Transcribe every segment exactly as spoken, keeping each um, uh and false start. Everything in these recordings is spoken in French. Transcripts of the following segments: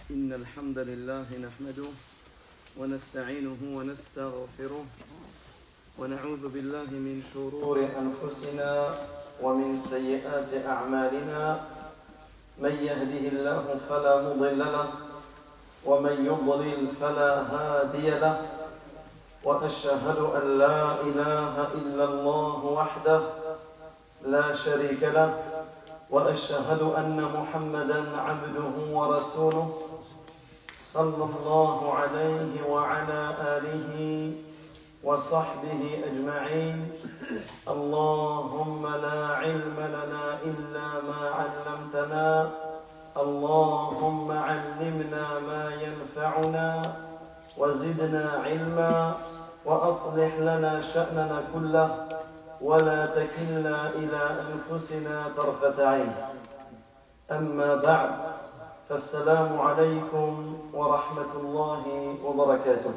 إن الحمد لله نحمده ونستعينه ونستغفره ونعوذ بالله من شرور أنفسنا ومن سيئات أعمالنا من يهده الله فلا مضل له ومن يضلل فلا هادي له وأشهد أن لا إله إلا الله وحده لا شريك له وأشهد أن محمدًا عبده ورسوله صلى الله عليه وعلى آله وصحبه أجمعين. اللهم لا علم لنا إلا ما علمتنا اللهم علمنا ما ينفعنا وزدنا علما وأصلح لنا شأننا كله ولا تكلنا إلى أنفسنا طرفة عين. أما بعد فالسلام عليكم ورحمة الله وبركاته.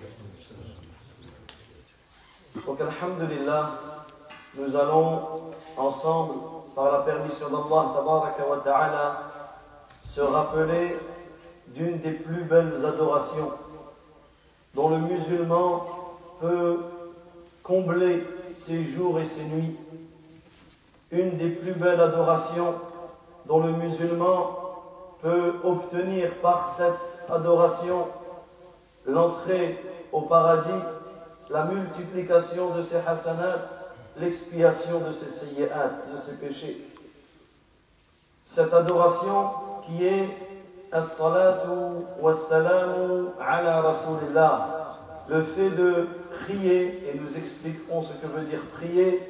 Donc alhamdulillah, nous allons ensemble, par la permission d'Allah tabaraka wa ta'ala, se rappeler d'une des plus belles adorations dont le musulman peut combler ses jours et ses nuits. Une des plus belles adorations dont le musulman peut obtenir par cette adoration l'entrée au paradis, la multiplication de ses hasanats, l'expiation de ses sayyi'at, de ses péchés. Cette adoration qui est as-salatu was-salamu ala rasulillah, le fait de prier, et nous expliquerons ce que veut dire prier,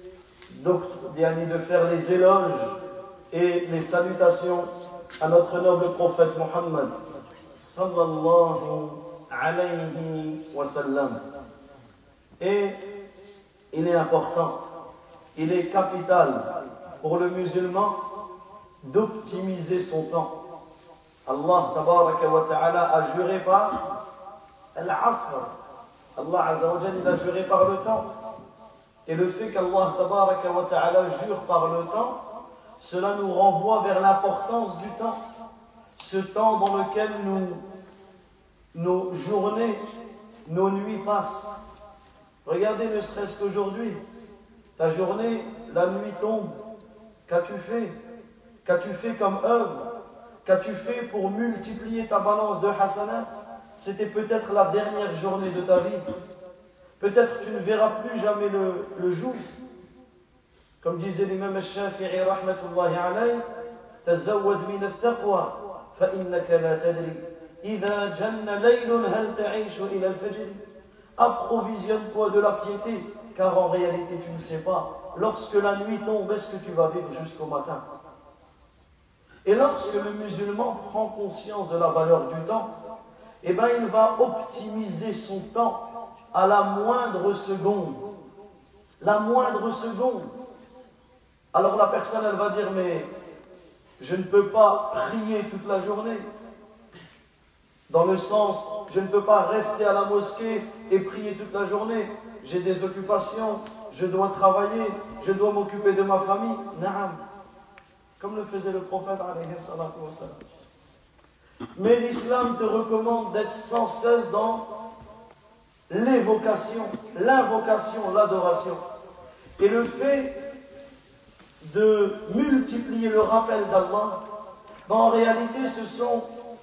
de faire les éloges et les salutations à notre noble prophète Muhammad sallallahu alayhi wa sallam. Et il est important, il est capital pour le musulman d'optimiser son temps. Allah tabaraka wa ta'ala a juré par Al-Asr. Allah Azza wa Jalla, il a juré par le temps. Et le fait qu'Allah tabaraka wa ta'ala jure par le temps, cela nous renvoie vers l'importance du temps. Ce temps dans lequel nous, nos journées, nos nuits passent. Regardez ne serait-ce qu'aujourd'hui, ta journée, la nuit tombe. Qu'as-tu fait? Qu'as-tu fait comme œuvre? Qu'as-tu fait pour multiplier ta balance de hasanat? C'était peut-être la dernière journée de ta vie. Peut-être tu ne verras plus jamais le, le jour. Comme disait l'imam al-Shafi'i rahmatullahi alayhi, tazawwad min al-taqwa fa innaka la tadri idha janna laylun hal ta'ishu ila al-fajr. Approvisionne-toi de la piété, car en réalité tu ne sais pas, lorsque la nuit tombe, est-ce que tu vas vivre jusqu'au matin? Et lorsque le musulman prend conscience de la valeur du temps, eh bien, il va optimiser son temps à la moindre seconde. La moindre seconde. Alors la personne, elle va dire, mais je ne peux pas prier toute la journée. Dans le sens, je ne peux pas rester à la mosquée et prier toute la journée. J'ai des occupations, je dois travailler, je dois m'occuper de ma famille. Naam. Comme le faisait le prophète alayhi salatu wa salam. Mais l'islam te recommande d'être sans cesse dans l'évocation, l'invocation, l'adoration. Et le fait de multiplier le rappel d'Allah, ben en réalité ce sont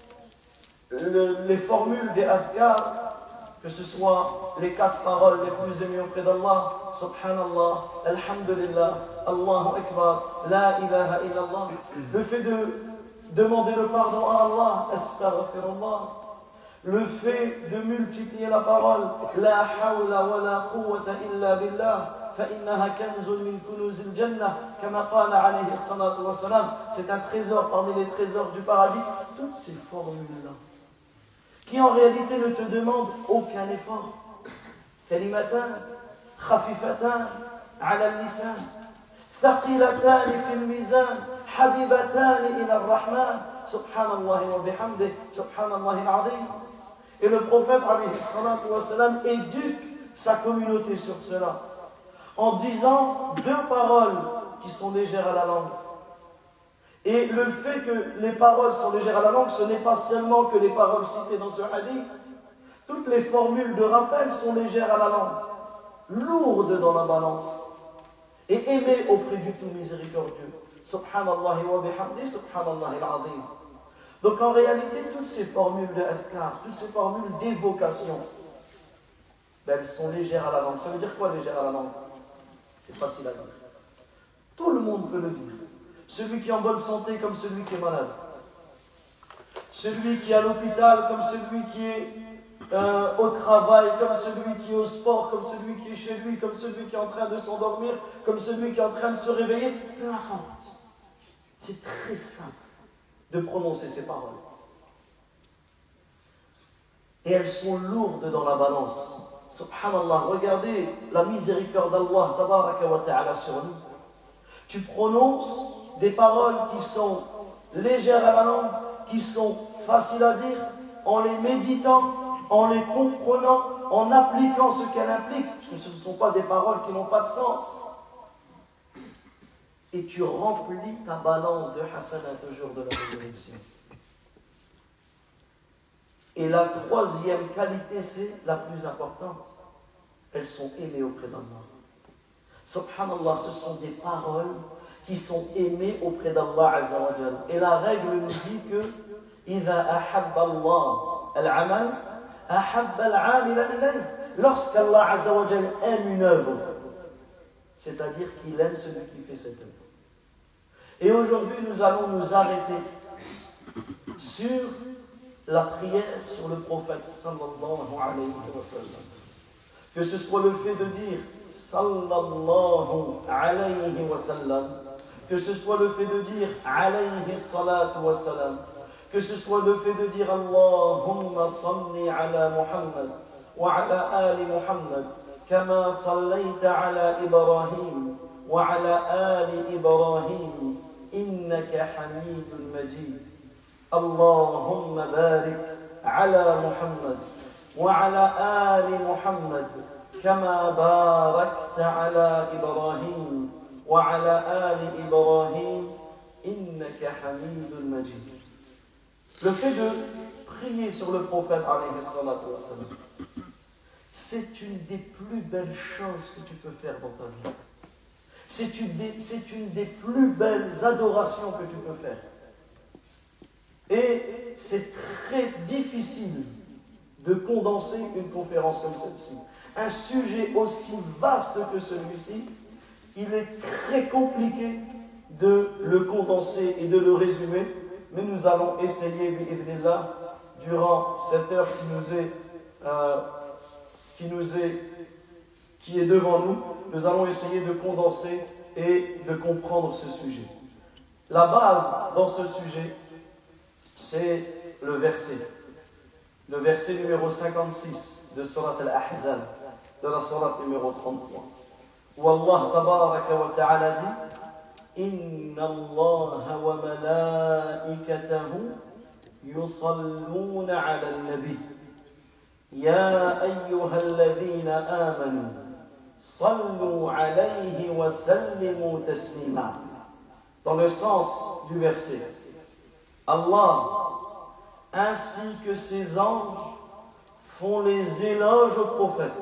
le, les formules des adhkar, que ce soit les quatre paroles les plus aimées auprès d'Allah, Subhanallah, Alhamdulillah, Allahu Akbar, La ilaha illallah, le fait de demander le pardon à Allah, Astaghfirullah, le fait de multiplier la parole, La hawla wa la quwwata illa billah, فإنها كنز من كنوز الجنة كما قال عليه الصلاة والسلام, c'est un trésor parmi les trésors du paradis. Toutes ces formules-là, qui en réalité ne te demandent aucun effort. كلمتان خفيفتان على اللسان ثقيلتان في الميزان حبيبتان إلى الرحمن سبحان الله وبحمده سبحان الله العظيم. Et le prophète alayhi salatu wa salam éduque sa communauté sur cela en disant deux paroles qui sont légères à la langue Et le fait que les paroles sont légères à la langue, ce n'est pas seulement que les paroles citées dans ce hadith. Toutes les formules de rappel sont légères à la langue, lourdes dans la balance, et aimées auprès du tout miséricordieux. Subhanallah wa bihamdi, subhanallah al-azim. Donc en réalité, toutes ces formules de adhkar, toutes ces formules d'évocation, ben, elles sont légères à la langue. Ça veut dire quoi légères à la langue? C'est facile à dire. Tout le monde peut le dire. Celui qui est en bonne santé comme celui qui est malade. Celui qui est à l'hôpital comme celui qui est euh, au travail, comme celui qui est au sport, comme celui qui est chez lui, comme celui qui est en train de s'endormir, comme celui qui est en train de se réveiller. Peu importe. C'est très simple de prononcer ces paroles. Et elles sont lourdes dans la balance. Subhanallah, regardez la miséricorde d'Allah tabaraka wa ta'ala sur nous. Tu prononces des paroles qui sont légères à la langue, qui sont faciles à dire, en les méditant, en les comprenant, en appliquant ce qu'elles impliquent, parce que ce ne sont pas des paroles qui n'ont pas de sens. Et tu remplis ta balance de hasanat au jour de la résurrection. Et la troisième qualité, c'est la plus importante. Elles sont aimées auprès d'Allah. Subhanallah, ce sont des paroles qui sont aimées auprès d'Allah Azza wa Jal. Et la règle nous dit que إِذَا أَحَبَّ اللَّهُ الْعَمَلَ أَحَبَّ الْعَامِلَ إِلَيْهِ. Lorsqu'Allah Azza wa Jal aime une œuvre, c'est-à-dire qu'il aime celui qui fait cette œuvre. Et aujourd'hui, nous allons nous arrêter sur la prière sur le prophète sallallahu alayhi wa sallam. Que ce soit le fait de dire sallallahu alayhi wa sallam, que ce soit le fait de dire alayhi salatu wa salam, que ce soit le fait de dire Allahumma salli ala Muhammad wa ala ali Muhammad kama sallayta ala Ibrahim wa ala ali Ibrahim innaka hamidun majid. اللهم بارك على محمد وعلى آل محمد كما باركت على إبراهيم وعلى آل إبراهيم إنك حميد مجيد. Le fait de prier sur le prophète alayhi salatu wa sallam, c'est une des plus belles choses que tu peux faire dans ta vie. C'est une des, c'est une des plus belles adorations que tu peux faire. Et c'est très difficile de condenser une conférence comme celle-ci. Un sujet aussi vaste que celui-ci, il est très compliqué de le condenser et de le résumer, mais nous allons essayer, bi'idhnillah, durant cette heure qui nous est, euh, qui nous est, qui est devant nous, nous allons essayer de condenser et de comprendre ce sujet. La base dans ce sujet, c'est le verset. Le verset numéro cinquante-six de Surat Al-Ahzab, de la Surat numéro trente-trois. Où Allah tabaraka wa ta'ala dit Inna Allah wa malaikatahu yusalluna ala al-nabi. Ya ayyuhalladhina amanu sallu alayhi wa sallimu taslima. Dans le sens du verset, Allah ainsi que ses anges font les éloges au prophète.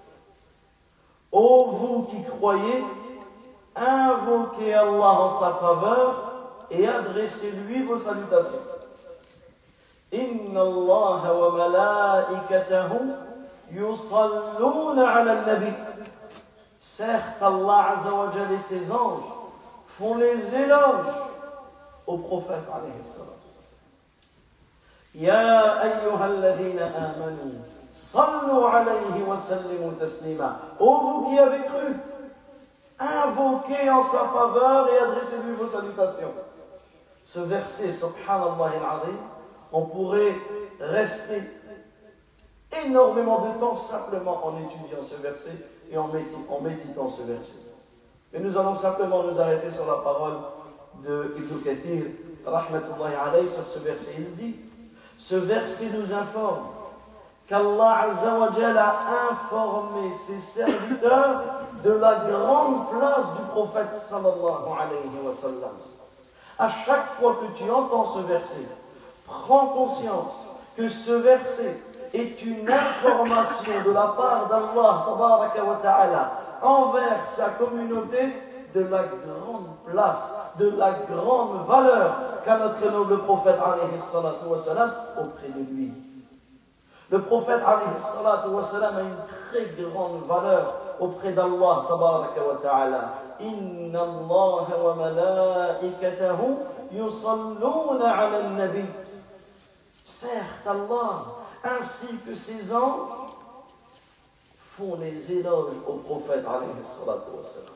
Ô vous qui croyez, invoquez Allah en sa faveur et adressez-lui vos salutations. Inna Allah wa malaikatahu yusalluna ala al-nabi. Certes, Allah Azza wa Jalla et ses anges font les éloges au prophète alayhi salatu wassalam. Ya ayyuhalladhina amanu sallu alayhi wa sallimu taslima. Ô vous qui avez cru, invoquez en sa faveur et adressez-lui vos salutations. Ce verset, subhanallah al-azim, on pourrait rester énormément de temps simplement en étudiant ce verset et en méditant, en méditant ce verset. Et nous allons simplement nous arrêter sur la parole de Ibn Kathir, rahmatullahi alayhi, sur ce verset. Il dit, ce verset nous informe qu'Allah Azza wa Jalla a informé ses serviteurs de la grande place du prophète sallallahu alayhi wa sallam. À chaque fois que tu entends ce verset, prends conscience que ce verset est une information de la part d'Allah tabaraka wa ta'ala envers sa communauté de la grande place, de la grande valeur qu'a notre noble prophète alayhi salatu wa salam auprès de lui. Le prophète alayhi salatu wa salam a une très grande valeur auprès d'Allah tabaraka wa ta'ala. Inna Allah wa malaikatahu yusalluna ala al-nabi. Certes, Allah ainsi que ses anges font les éloges au prophète alayhi salatu wa salam.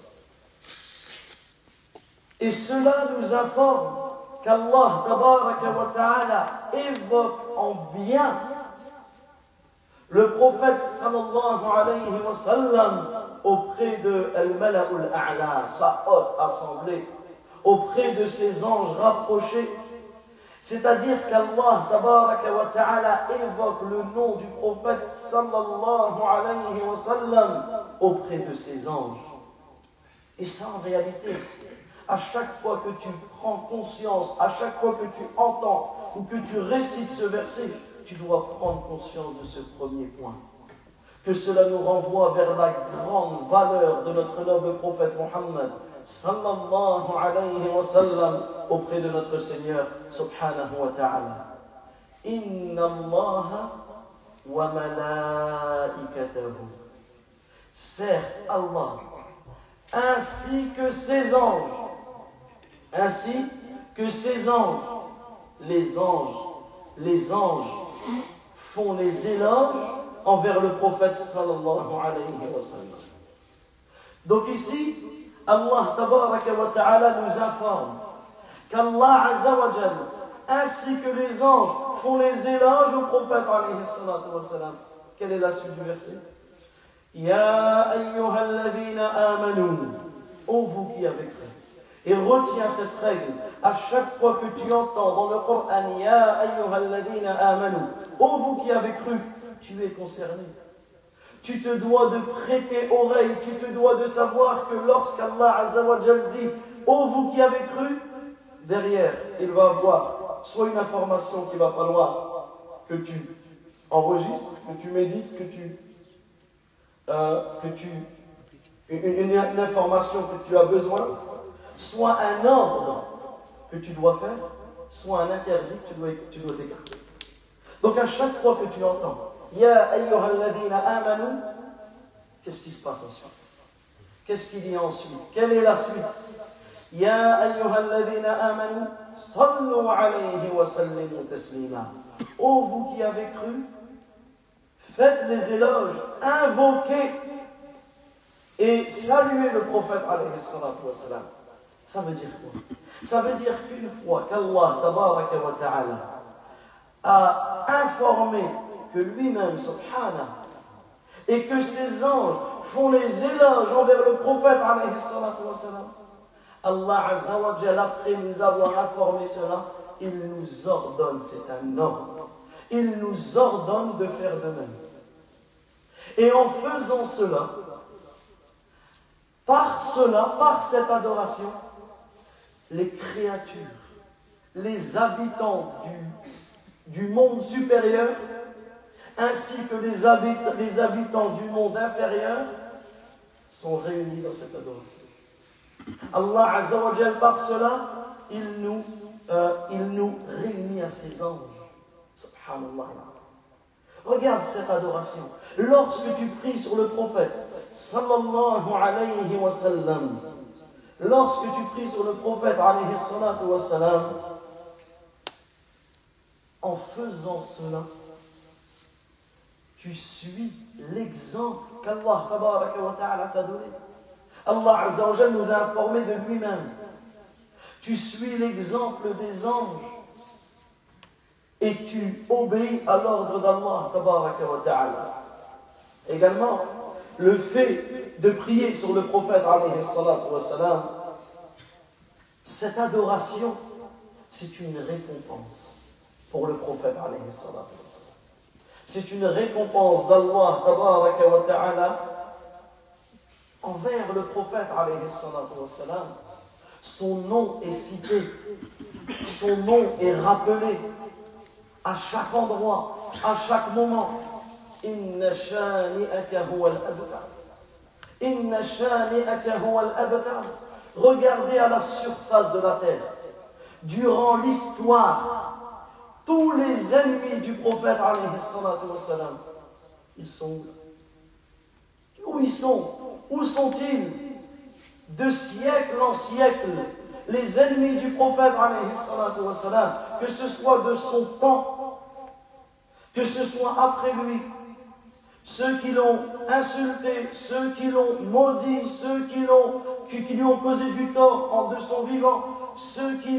Et cela nous informe qu'Allah tabaraka wa ta'ala évoque en bien le prophète sallallahu alayhi wa sallam auprès de Al-Mala'ul A'la, sa haute assemblée, auprès de ses anges rapprochés. C'est-à-dire qu'Allah tabaraka wa ta'ala évoque le nom du prophète sallallahu alayhi wa sallam auprès de ses anges. Et ça en réalité, à chaque fois que tu prends conscience, à chaque fois que tu entends ou que tu récites ce verset, tu dois prendre conscience de ce premier point. Que cela nous renvoie vers la grande valeur de notre noble prophète Muhammad sallallahu alayhi wa sallam auprès de notre Seigneur subhanahu wa ta'ala. Inna Allah wa malaikatahu. Certes, Allah, ainsi que ses anges, ainsi que ses anges, les anges, les anges font les éloges envers le prophète sallallahu alayhi wa sallam. Donc ici, Allah tabaraka wa ta'ala nous informe qu'Allah azza wa jal, ainsi que les anges font les éloges au prophète alayhi salatu wa sallam. Quelle est la suite du verset? Ya ayyuhalladhina amanu, ô vous qui avez cru. Et retiens cette règle à chaque fois que tu entends dans le Coran Ya ayyuhalladhina amanu, ô vous qui avez cru, tu es concerné. Tu te dois de prêter oreille, tu te dois de savoir que lorsqu'Allah Azza wa Jal dit ô vous qui avez cru, derrière il va avoir soit une information qu'il va falloir que tu enregistres, que tu médites, que tu euh, que tu une, une, une information que tu as besoin, soit un ordre que tu dois faire, soit un interdit que tu dois, tu dois t'écarter. Donc à chaque fois que tu entends Ya ayyuhalladhina amanu, qu'est-ce qui se passe ensuite? Qu'est-ce qu'il y a ensuite? Quelle est la suite? Ya ayyuhalladhina amanu, sallu alayhi wa sallimu taslima. Ô vous qui avez cru, faites les éloges, invoquez et saluez le prophète alayhi salatu wa salam. Ça veut dire quoi? Ça veut dire qu'une fois qu'Allah tabaraka wa ta'ala a informé que lui-même, subhanah, et que ses anges font les éloges envers le prophète alayhi salatu wa salam, Allah azza wa jalla, après nous avoir informé cela, il nous ordonne, c'est un ordre, il nous ordonne de faire de même. Et en faisant cela, par cela, par cette adoration, les créatures, les habitants du, du monde supérieur, ainsi que les, habit, les habitants du monde inférieur, sont réunis dans cette adoration. Allah Azza wa Jal, par cela, il nous, euh, il nous réunit à ses anges. Subhanallah. Regarde cette adoration. Lorsque tu pries sur le prophète, sallallahu alayhi wa sallam, lorsque tu pries sur le prophète, alayhi salatu wa salam, en faisant cela, tu suis l'exemple qu'Allah tabaraka wa ta'ala t'a donné. Allah Azza wa Jal nous a informé de lui-même. Tu suis l'exemple des anges et tu obéis à l'ordre d'Allah tabaraka wa ta'ala. Également, le fait de prier sur le prophète alayhi salatu wa salam, cette adoration, c'est une récompense pour le prophète alayhi salatu wa salam. C'est une récompense d'Allah tabaraka wa ta'ala envers le prophète alayhi salatu wa salam. son nom est cité, son nom est rappelé à chaque endroit, à chaque moment. Inna shani'aka huwa al-abtar. Inna shani'aka huwa al-abtar. Regardez à la surface de la terre. Durant l'histoire, tous les ennemis du prophète, alayhi salatu wa salam, ils sont où ils sont? Où sont-ils? De siècle en siècle, les ennemis du prophète, alayhi salatu wa salam, que ce soit de son temps, que ce soit après lui, ceux qui l'ont insulté, ceux qui l'ont maudit, ceux qui, l'ont, qui, qui lui ont causé du tort en de son vivant, ceux qui...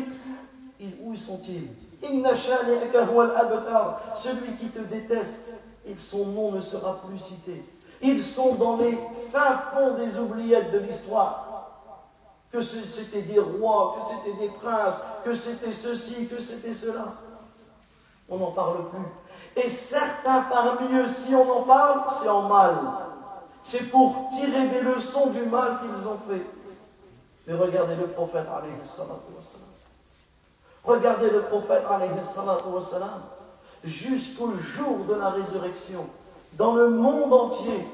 Où sont-ils? Inna shani'aka huwa al-abtar. Celui qui te déteste, et son nom ne sera plus cité. Ils sont dans les fins fonds des oubliettes de l'histoire. Que c'était des rois, que c'était des princes, que c'était ceci, que c'était cela. On n'en parle plus. Et certains parmi eux, si on en parle, c'est en mal. C'est pour tirer des leçons du mal qu'ils ont fait. Mais regardez le prophète, alayhi salatu wa salam. Regardez le prophète, alayhi salatu wa salam, jusqu'au jour de la résurrection, dans le monde entier,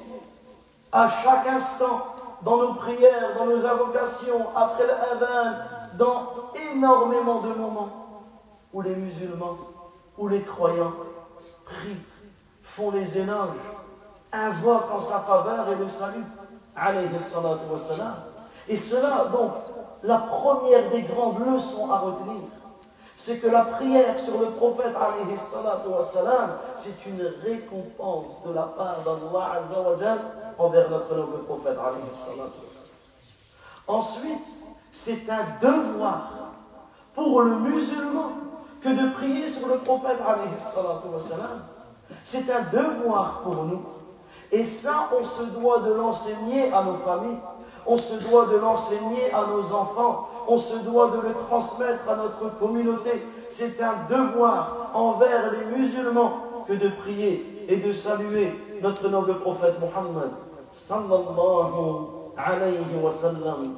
à chaque instant, dans nos prières, dans nos invocations, après l'adhan, dans énormément de moments où les musulmans, où les croyants prient, font les éloges, invoquent en sa faveur et le saluent, alayhi salatu wa salam. Et cela, donc, la première des grandes leçons à retenir, c'est que la prière sur le prophète, alayhi salatu wa salam, c'est une récompense de la part d'Allah azza wa jal envers notre noble prophète, alayhi salatu wa salam. Ensuite, c'est un devoir pour le musulman que de prier sur le prophète, alayhi salatu wa salam. C'est un devoir pour nous. Et ça, on se doit de l'enseigner à nos familles, on se doit de l'enseigner à nos enfants, on se doit de le transmettre à notre communauté. C'est un devoir envers les musulmans que de prier et de saluer notre noble prophète Muhammad sallallahu alayhi wa sallam.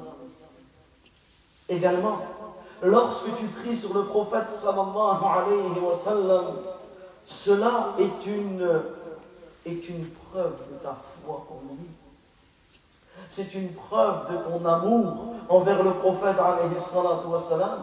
Également, lorsque tu pries sur le prophète sallallahu alayhi wa sallam, cela est une, est une preuve de ta foi en lui. C'est une preuve de ton amour envers le prophète alayhi salatu wa salam.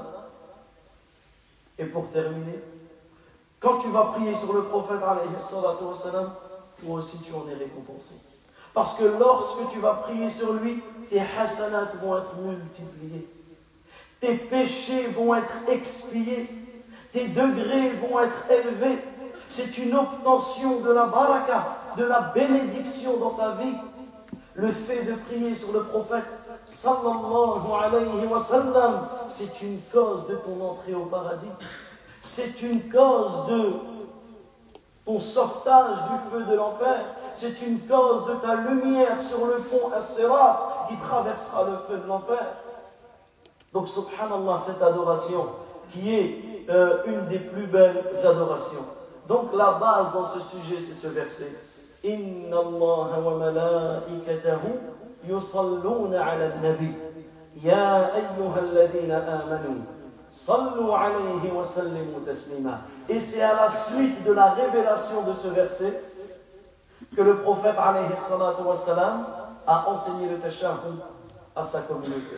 Et pour terminer, quand tu vas prier sur le prophète alayhi salatu wa salam, toi aussi tu en es récompensé. Parce que lorsque tu vas prier sur lui, tes hasanats vont être multipliés. Tes péchés vont être expiés. Tes degrés vont être élevés. C'est une obtention de la baraka, de la bénédiction dans ta vie. Le fait de prier sur le prophète sallallahu alayhi wa sallam, c'est une cause de ton entrée au paradis. C'est une cause de ton sauvetage du feu de l'enfer. C'est une cause de ta lumière sur le pont As-Sirat qui traversera le feu de l'enfer. Donc, subhanallah, cette adoration qui est euh, une des plus belles adorations. Donc, la base dans ce sujet, c'est ce verset. Inna Allah wa malaikatahu yusalluna ala al-nabi. Ya ayyuhalladhina amanu. Sallu alayhi wa sallimu taslima. Et c'est à la suite de la révélation de ce verset que le prophète alayhi salatu wa salam a enseigné le tashahhud à sa communauté.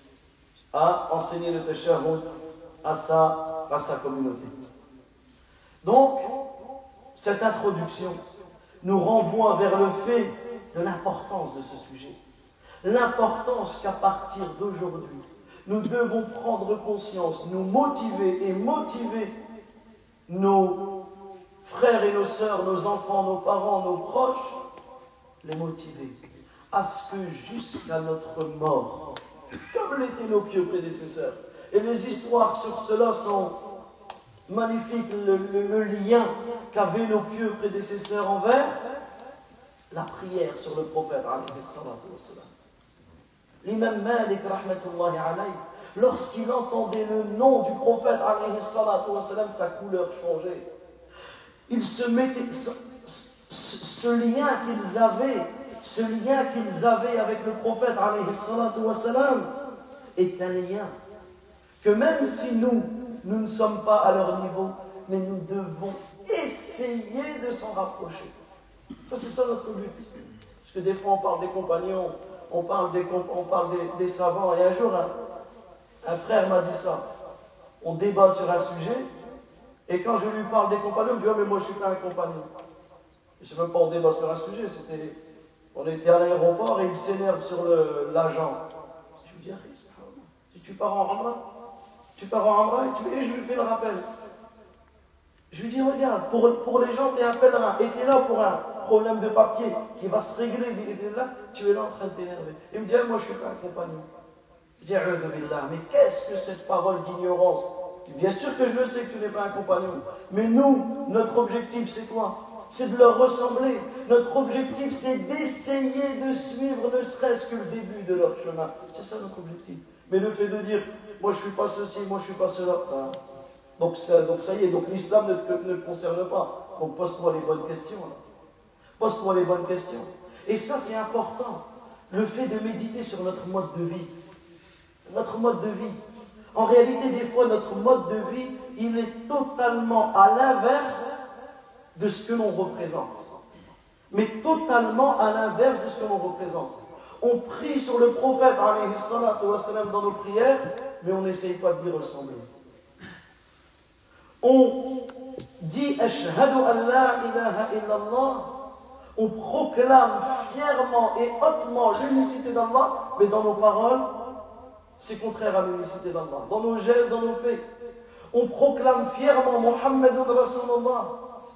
A enseigné le tashahhud à sa, à sa communauté. Donc, cette introduction nous renvoie vers le fait de l'importance de ce sujet. L'importance qu'à partir d'aujourd'hui, nous devons prendre conscience, nous motiver et motiver nos frères et nos sœurs, nos enfants, nos parents, nos proches, les motiver à ce que jusqu'à notre mort, comme l'étaient nos pieux prédécesseurs, et les histoires sur cela sont magnifiques, le, le, le lien qu'avaient nos pieux prédécesseurs envers la prière sur le prophète, alayhi salatu wa salam. L'imam Malik, rahmatullahi alayhi, lorsqu'il entendait le nom du prophète, alayhi salatu wa salam, sa couleur changeait. Il se mettait, ce, ce, ce lien qu'ils avaient, ce lien qu'ils avaient avec le prophète, alayhi salatu wa salam, est un lien que même si nous, nous ne sommes pas à leur niveau, mais nous devons essayer de s'en rapprocher. Ça, c'est ça notre but. Parce que des fois, on parle des compagnons, on parle des, on parle des, des savants, et un jour, un, un frère m'a dit ça. On débat sur un sujet, et quand je lui parle des compagnons, il me dit « Ah, mais moi, je ne suis pas un compagnon. » Je ne sais même pas, on débat sur un sujet, c'était... On était à l'aéroport et il s'énerve sur le, l'agent. Je lui dis, si tu pars en Amra, tu pars en Amra et, tu, et je lui fais le rappel. Je lui dis, regarde, pour, pour les gens, tu es un pèlerin et tu es là pour un problème de papier qui va se régler, là, tu es là en train de t'énerver. Il me dit, ah, moi je ne suis pas un compagnon. Je dis, mais qu'est-ce que cette parole d'ignorance? Bien sûr que je le sais que tu n'es pas un compagnon, mais nous, notre objectif c'est quoi? C'est de leur ressembler. Notre objectif, c'est d'essayer de suivre ne serait-ce que le début de leur chemin. C'est ça notre objectif. Mais le fait de dire, moi je ne suis pas ceci, moi je ne suis pas cela, ça, donc, ça, donc ça y est, donc l'islam ne te, ne te concerne pas. Donc pose-toi les bonnes questions. Pose-toi les bonnes questions. Et ça c'est important. Le fait de méditer sur notre mode de vie. Notre mode de vie. En réalité, des fois, notre mode de vie, il est totalement à l'inverse de ce que l'on représente. Mais totalement à l'inverse de ce que l'on représente. On prie sur le prophète alayhi salatu wa salam dans nos prières, mais on n'essaye pas de lui ressembler. On dit Ashhadu an la ilaha illallah, on proclame fièrement et hautement l'unicité d'Allah, mais dans nos paroles, c'est contraire à l'unicité d'Allah. Dans nos gestes, dans nos faits, on proclame fièrement Muhammadun Rasulullah.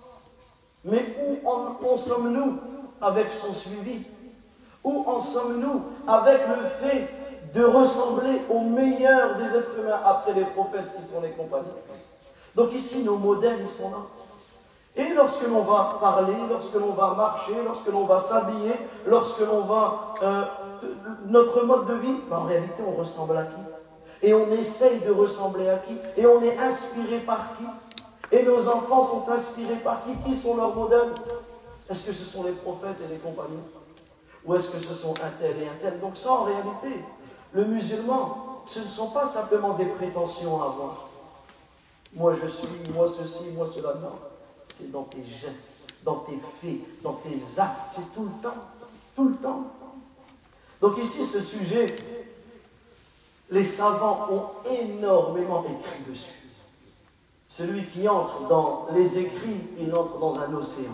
Mais où en, en sommes-nous avec son suivi? Où en sommes-nous avec le fait de ressembler au meilleur des êtres humains après les prophètes qui sont les compagnons? Donc ici, nos modèles, ils sont là. Et lorsque l'on va parler, lorsque l'on va marcher, lorsque l'on va s'habiller, lorsque l'on va... Euh, notre mode de vie, ben en réalité, on ressemble à qui? Et on essaye de ressembler à qui? Et on est inspiré par qui? Et nos enfants sont inspirés par qui? Qui sont leurs modèles? Est-ce que ce sont les prophètes et les compagnons? Ou est-ce que ce sont un tel et un tel? Donc ça, en réalité, le musulman, ce ne sont pas simplement des prétentions à avoir. Moi je suis, moi ceci, moi cela. Non, c'est dans tes gestes, dans tes faits, dans tes actes. C'est tout le temps, tout le temps. Donc ici, ce sujet, les savants ont énormément écrit dessus. Celui qui entre dans les écrits, il entre dans un océan.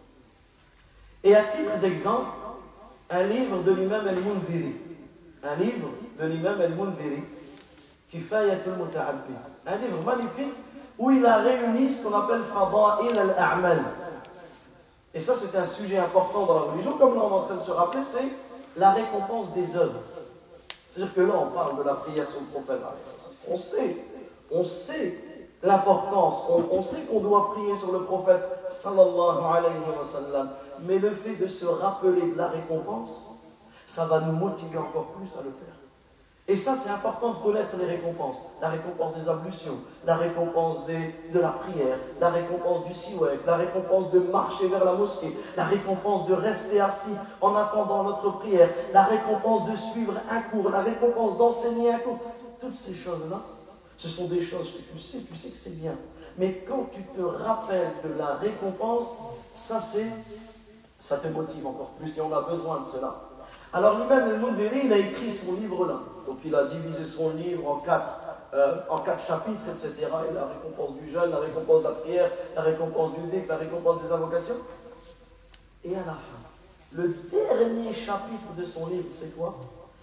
Et à titre d'exemple, un livre de l'imam al-Mundhiri, un livre de l'imam al-Mundhiri, Kifayatul Muta'abbid, un livre magnifique où il a réuni ce qu'on appelle Fada'il al-A'mal. Et ça, c'est un sujet important dans la religion, comme là on est en train de se rappeler, c'est la récompense des œuvres. C'est-à-dire que là, on parle de la prière sur le prophète. On sait, on sait l'importance, on, on sait qu'on doit prier sur le prophète sallallahu alayhi wa sallam, mais le fait de se rappeler de la récompense, ça va nous motiver encore plus à le faire. Et ça, c'est important de connaître les récompenses. La récompense des ablutions, la récompense des, de la prière, la récompense du siwak, la récompense de marcher vers la mosquée, la récompense de rester assis en attendant notre prière, la récompense de suivre un cours, la récompense d'enseigner un cours. Toutes ces choses-là, ce sont des choses que tu sais, tu sais que c'est bien. Mais quand tu te rappelles de la récompense, ça, c'est, ça te motive encore plus et on a besoin de cela. Alors l'imam al-Mundhiri, il a écrit son livre-là. Donc il a divisé son livre en quatre, euh, en quatre chapitres, et cetera. Et la récompense du jeûne, la récompense de la prière, la récompense du dhikr, la récompense des invocations. Et à la fin, le dernier chapitre de son livre, c'est quoi?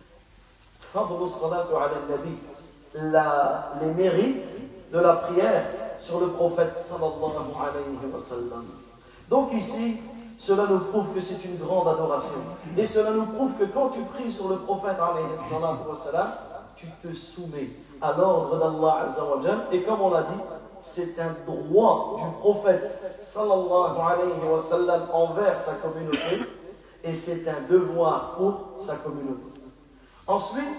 Fadlu salatu ala nabi, la, les mérites de la prière sur le prophète sallallahu alayhi wa sallam. Donc ici, cela nous prouve que c'est une grande adoration. Et cela nous prouve que quand tu pries sur le prophète, tu te soumets à l'ordre d'Allah Azza wa Jal. Et comme on l'a dit, c'est un droit du prophète sallallahu alayhi wa sallam envers sa communauté. Et c'est un devoir pour sa communauté. Ensuite,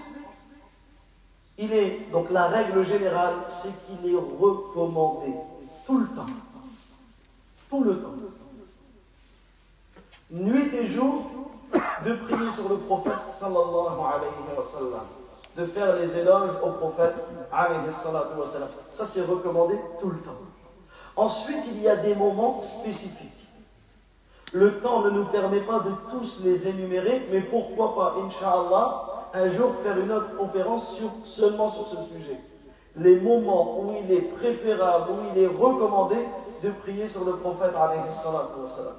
il est, donc la règle générale, c'est qu'il est recommandé tout le temps. Tout le temps. Nuit et jour, de prier sur le prophète sallallahu alayhi wa sallam. de faire les éloges au prophète alayhi salatu wa salam. Ça c'est recommandé tout le temps. Ensuite, il y a des moments spécifiques. Le temps ne nous permet pas de tous les énumérer, mais pourquoi pas, Inch'Allah, un jour faire une autre conférence sur, seulement sur ce sujet. Les moments où il est préférable, où il est recommandé de prier sur le prophète alayhi salatu wa salam.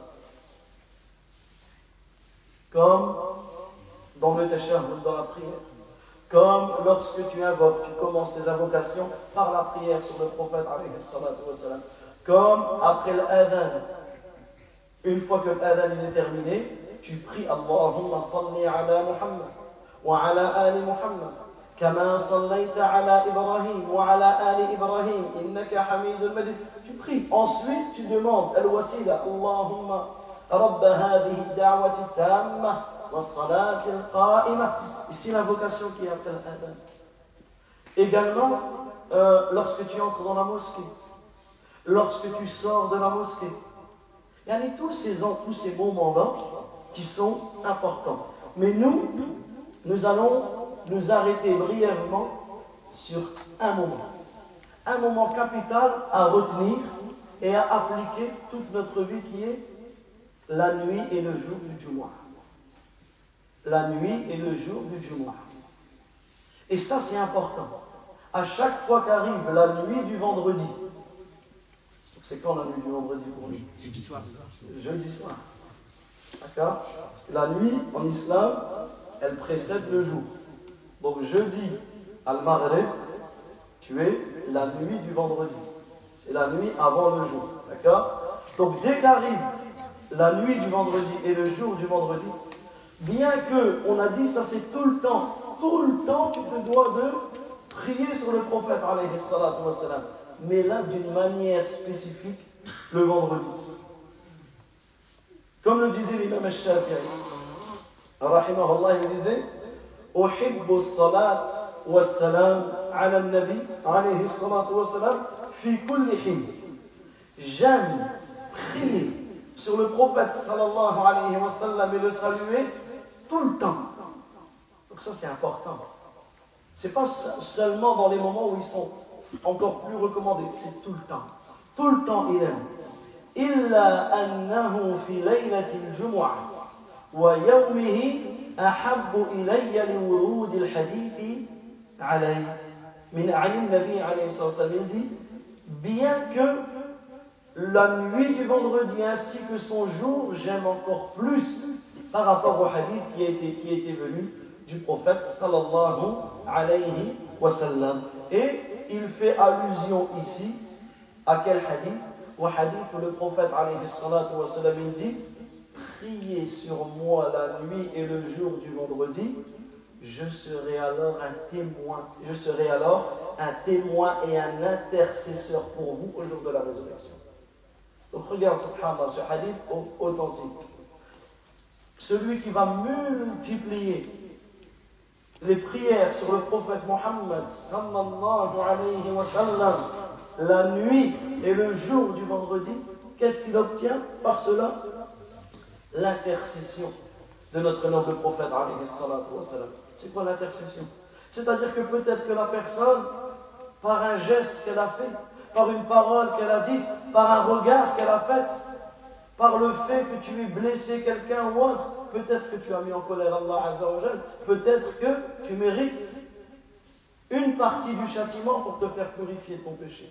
Comme dans le tashahhud, dans la prière. Comme lorsque tu invoques, tu commences tes invocations par la prière sur le prophète alayhi salatu wa salam. Comme après l'adhan, une fois que l'adhan est terminé, tu pries Allahumma salli ala Muhammad wa ala ali Muhammad kama sallaita ala Ibrahim wa ala ali Ibrahim innaka hamidul majid. Tu pries. Ensuite, tu demandes al-wasila Allahumma rabb hadhihi ad-da'wati at-tammah was-salati al-qa'imah. Ici l'invocation qui est après l'adhan. Également, euh, lorsque tu entres dans la mosquée, lorsque tu sors de la mosquée. Il y a tous ces, tous ces moments-là qui sont importants. Mais nous, nous allons nous arrêter brièvement sur un moment. Un moment capital à retenir et à appliquer toute notre vie qui est la nuit et le jour du Jumu'ah. La nuit et le jour du Jumu'ah. Et ça, c'est important. À chaque fois qu'arrive la nuit du vendredi, c'est quand la nuit du vendredi pour nous? Jeudi soir. Jeudi soir. D'accord? La nuit, en islam, elle précède le jour. Donc jeudi, al-Maghrib, tu es la nuit du vendredi. C'est la nuit avant le jour. D'accord? Donc dès qu'arrive la nuit du vendredi et le jour du vendredi, bien que, on a dit ça c'est tout le temps, tout le temps tu te dois de prier sur le prophète alayhi salatu wa salam. Mais là d'une manière spécifique le vendredi. Comme le disait l'imam al-Shafi'i, rahimahullah, il disait Uhibbu as-salat wa as-salam ala al-nabi alayhi salatu wa salam fi kulli hin. J'aime prier sur le prophète sallallahu alayhi wa sallam et le saluer tout le temps. Donc ça c'est important. C'est pas seulement dans les moments où ils sont encore plus recommandé, c'est tout le temps. Tout le temps il aime. إلا أنه في ليلة الجمعة ويومه أحب إلي لورود الحديث عليه من عن النبي عليه الصلاة والسلام. Il dit, bien que la nuit du vendredi ainsi que son jour, j'aime encore plus par rapport au hadith qui, a été, qui était venu du prophète sallallahu alayhi wa sallam. Et il fait allusion ici à quel hadith? Au hadith où le prophète alayhi salatu wa sallam il dit priez sur moi la nuit et le jour du vendredi, je serai alors un témoin, je serai alors un témoin et un intercesseur pour vous au jour de la résurrection. Donc regarde subhanallah ce hadith authentique. Celui qui va multiplier les prières sur le prophète Mohammed sallallahu alayhi wa sallam la nuit et le jour du vendredi, qu'est-ce qu'il obtient par cela? L'intercession de notre noble prophète alayhi salatu wa sallam. C'est quoi l'intercession? C'est-à-dire que peut-être que la personne, par un geste qu'elle a fait, par une parole qu'elle a dite, par un regard qu'elle a fait, par le fait que tu aies blessé quelqu'un ou autre, peut-être que tu as mis en colère Allah Azza wa Jal, peut-être que tu mérites une partie du châtiment pour te faire purifier de ton péché.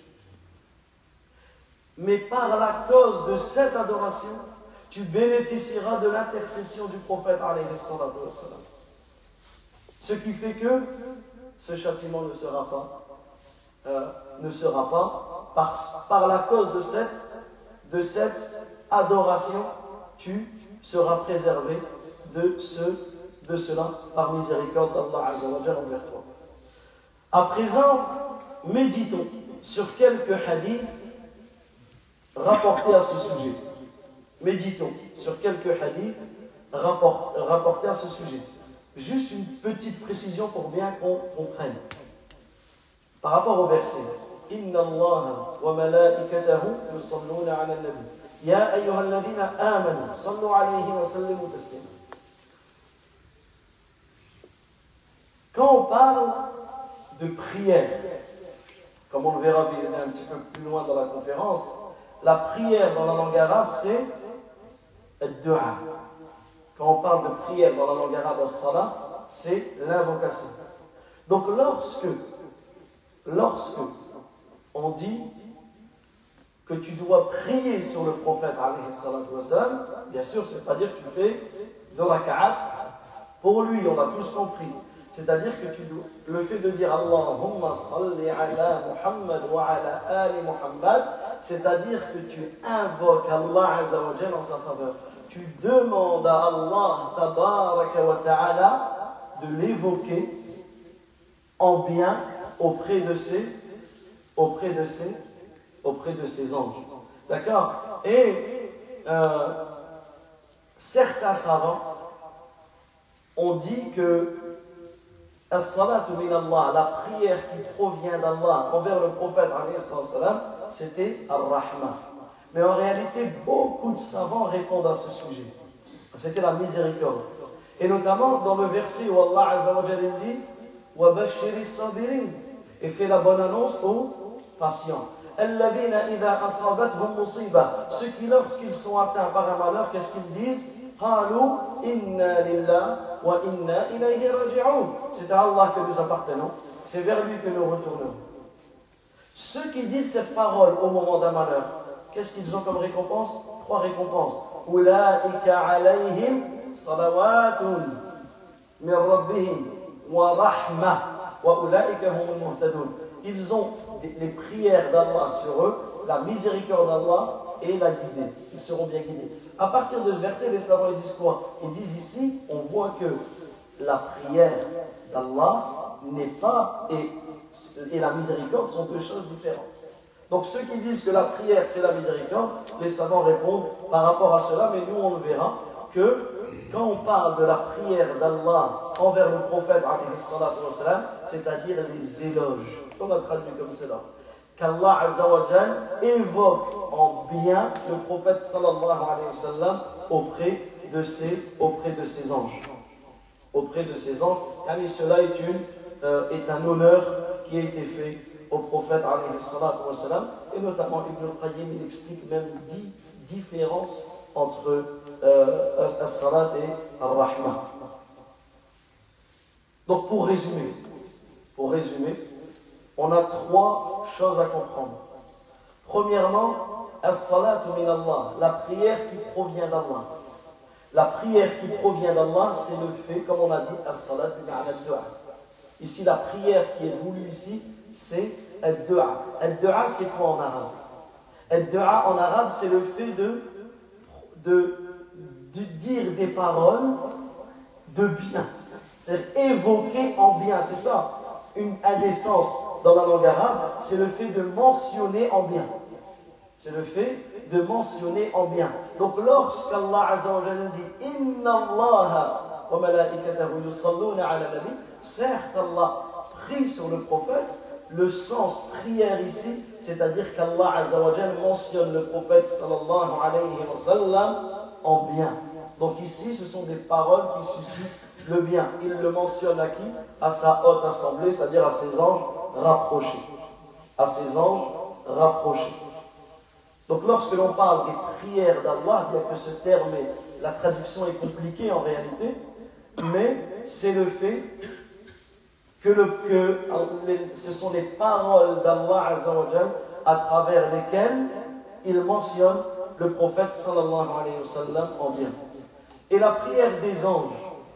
Mais par la cause de cette adoration, tu bénéficieras de l'intercession du prophète alayhi salatu wa sallam. Ce qui fait que ce châtiment ne sera pas, euh, ne sera pas par, par la cause de cette, de cette adoration, tu seras préservé de, ce, de cela par miséricorde d'Allah Azza wa Jal envers toi. À présent, méditons sur quelques hadiths rapportés à ce sujet. Méditons sur quelques hadiths rapport, rapportés à ce sujet. Juste une petite précision pour bien qu'on comprenne. Par rapport au verset Inna Allah wa malaikatahu yusalluna ala nabi Ya ayyuha alladhina amanu sallu alayhi wa sallimu taslima. Quand on parle de prière, comme on le verra un petit peu plus loin dans la conférence, la prière dans la langue arabe, c'est ad-du'a. Quand on parle de prière dans la langue arabe, as-salat, c'est l'invocation. Donc lorsque, lorsque on dit que tu dois prier sur le prophète, alayhi salatu wassalam, bien sûr, c'est pas dire que tu fais deux raka'at pour lui, on a tous compris. C'est-à-dire que tu dois, le fait de dire Allahumma salli ala Muhammad wa ala ali Muhammad, c'est-à-dire que tu invoques Allah Azza wa Jalla en sa faveur. Tu demandes à Allah tabaraka wa ta'ala de l'évoquer en bien auprès de ses auprès de ses auprès de ses anges. D'accord? Et euh, certains savants ont dit que as-salatu min Allah, la prière qui provient d'Allah envers le prophète, c'était ar-Rahma. Mais en réalité, beaucoup de savants répondent à ce sujet. C'était la miséricorde. Et notamment dans le verset où Allah Azza wa Jalla dit wa bashiri sabirin, et fait la bonne annonce aux patients. Alladhina idha asabathum musiba, ceux qui lorsqu'ils sont atteints par un malheur, qu'est-ce qu'ils disent? Qalu inna lillah wa inna ilayhi raji'un. C'est à Allah que nous appartenons, c'est vers lui que nous retournons. Ceux qui disent cette parole au moment d'un malheur, qu'est-ce qu'ils ont comme récompense? Trois récompenses. Ulaika alayhim salawatun min rabbihim wa rahmah wa ulaika humul muhtadun. Ils ont les prières d'Allah sur eux, la miséricorde d'Allah et la guidée. Ils seront bien guidés. À partir de ce verset, les savants ils disent quoi? Ils disent ici, on voit que la prière d'Allah n'est pas et, et la miséricorde sont deux choses différentes. Donc ceux qui disent que la prière c'est la miséricorde, les savants répondent par rapport à cela, mais nous on le verra que quand on parle de la prière d'Allah envers le prophète, c'est-à-dire les éloges, on a traduit comme cela, qu'Allah Azza wa Jal évoque en bien le prophète sallallahu alayhi wa sallam auprès de ses, auprès de ses anges. Auprès de ses anges, et cela est, une, euh, est un honneur qui a été fait au prophète alayhi salatu wa sallam, et notamment Ibn al-Qayyim il explique même dix différences entre euh, as-salat et ar-rahma. Donc pour résumer, pour résumer, on a trois choses à comprendre. Premièrement, as-salatu min Allah, la prière qui provient d'Allah. La prière qui provient d'Allah, c'est le fait, comme on a dit, as-salatu min al-du'a. Ici, la prière qui est voulue ici, c'est al-du'a. Al-du'a, c'est quoi en arabe? Al-du'a en arabe, c'est le fait de, de, de dire des paroles de bien. C'est-à-dire évoquer en bien, c'est ça. Une indécence dans la langue arabe, c'est le fait de mentionner en bien. C'est le fait de mentionner en bien. Donc lorsqu'Allah Azza wa Jalla dit Inna Allah wa malaikatahu yusalluna ala nabi, certes Allah prie sur le prophète, le sens prière ici, c'est-à-dire qu'Allah Azza wa Jalla mentionne le prophète sallallahu alayhi wa sallam en bien. Donc ici, ce sont des paroles qui suscitent le bien. Il le mentionne à qui? À sa haute assemblée, c'est-à-dire à ses anges rapprochés. À ses anges rapprochés. Donc lorsque l'on parle des prières d'Allah, bien que ce terme, est, la traduction est compliquée en réalité, mais c'est le fait que, le, que les, ce sont les paroles d'Allah Azza wa Jal à travers lesquelles il mentionne le prophète sallallahu alayhi wa sallam en bien. Et la prière des anges,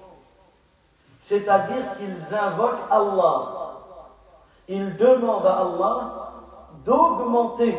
c'est-à-dire qu'ils invoquent Allah. Ils demandent à Allah d'augmenter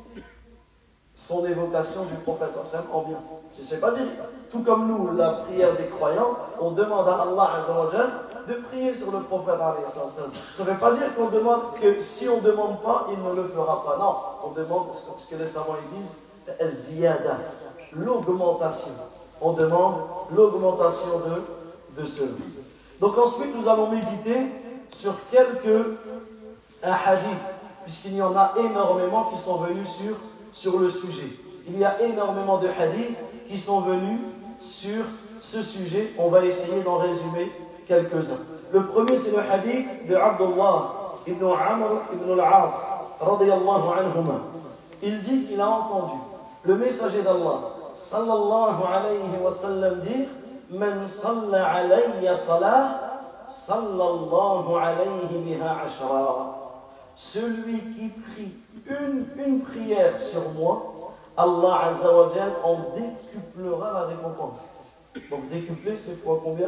son évocation du prophète en bien. Je ne sais pas dire, tout comme nous, la prière des croyants, on demande à Allah Azza wa Jal de prier sur le prophète. Ça ne veut pas dire qu'on demande que si on ne demande pas, il ne le fera pas. Non, on demande ce que les savants disent, ziyada, l'augmentation. On demande l'augmentation de, de cela. Donc ensuite, nous allons méditer sur quelques hadiths, puisqu'il y en a énormément qui sont venus sur, sur le sujet. Il y a énormément de hadiths qui sont venus sur ce sujet. On va essayer d'en résumer quelques-uns. Le premier, c'est le hadith de Abdullah ibn Amr ibn al-As, radiyallahu anhuma. Il dit qu'il a entendu le messager d'Allah, sallallahu alayhi wa sallam, dire Man salla alayya salah, sallallahu alayhi biha ashra. Celui qui prie une, une prière sur moi, Allah Azza wa Jal en décuplera la récompense. Donc décupler, c'est fois combien?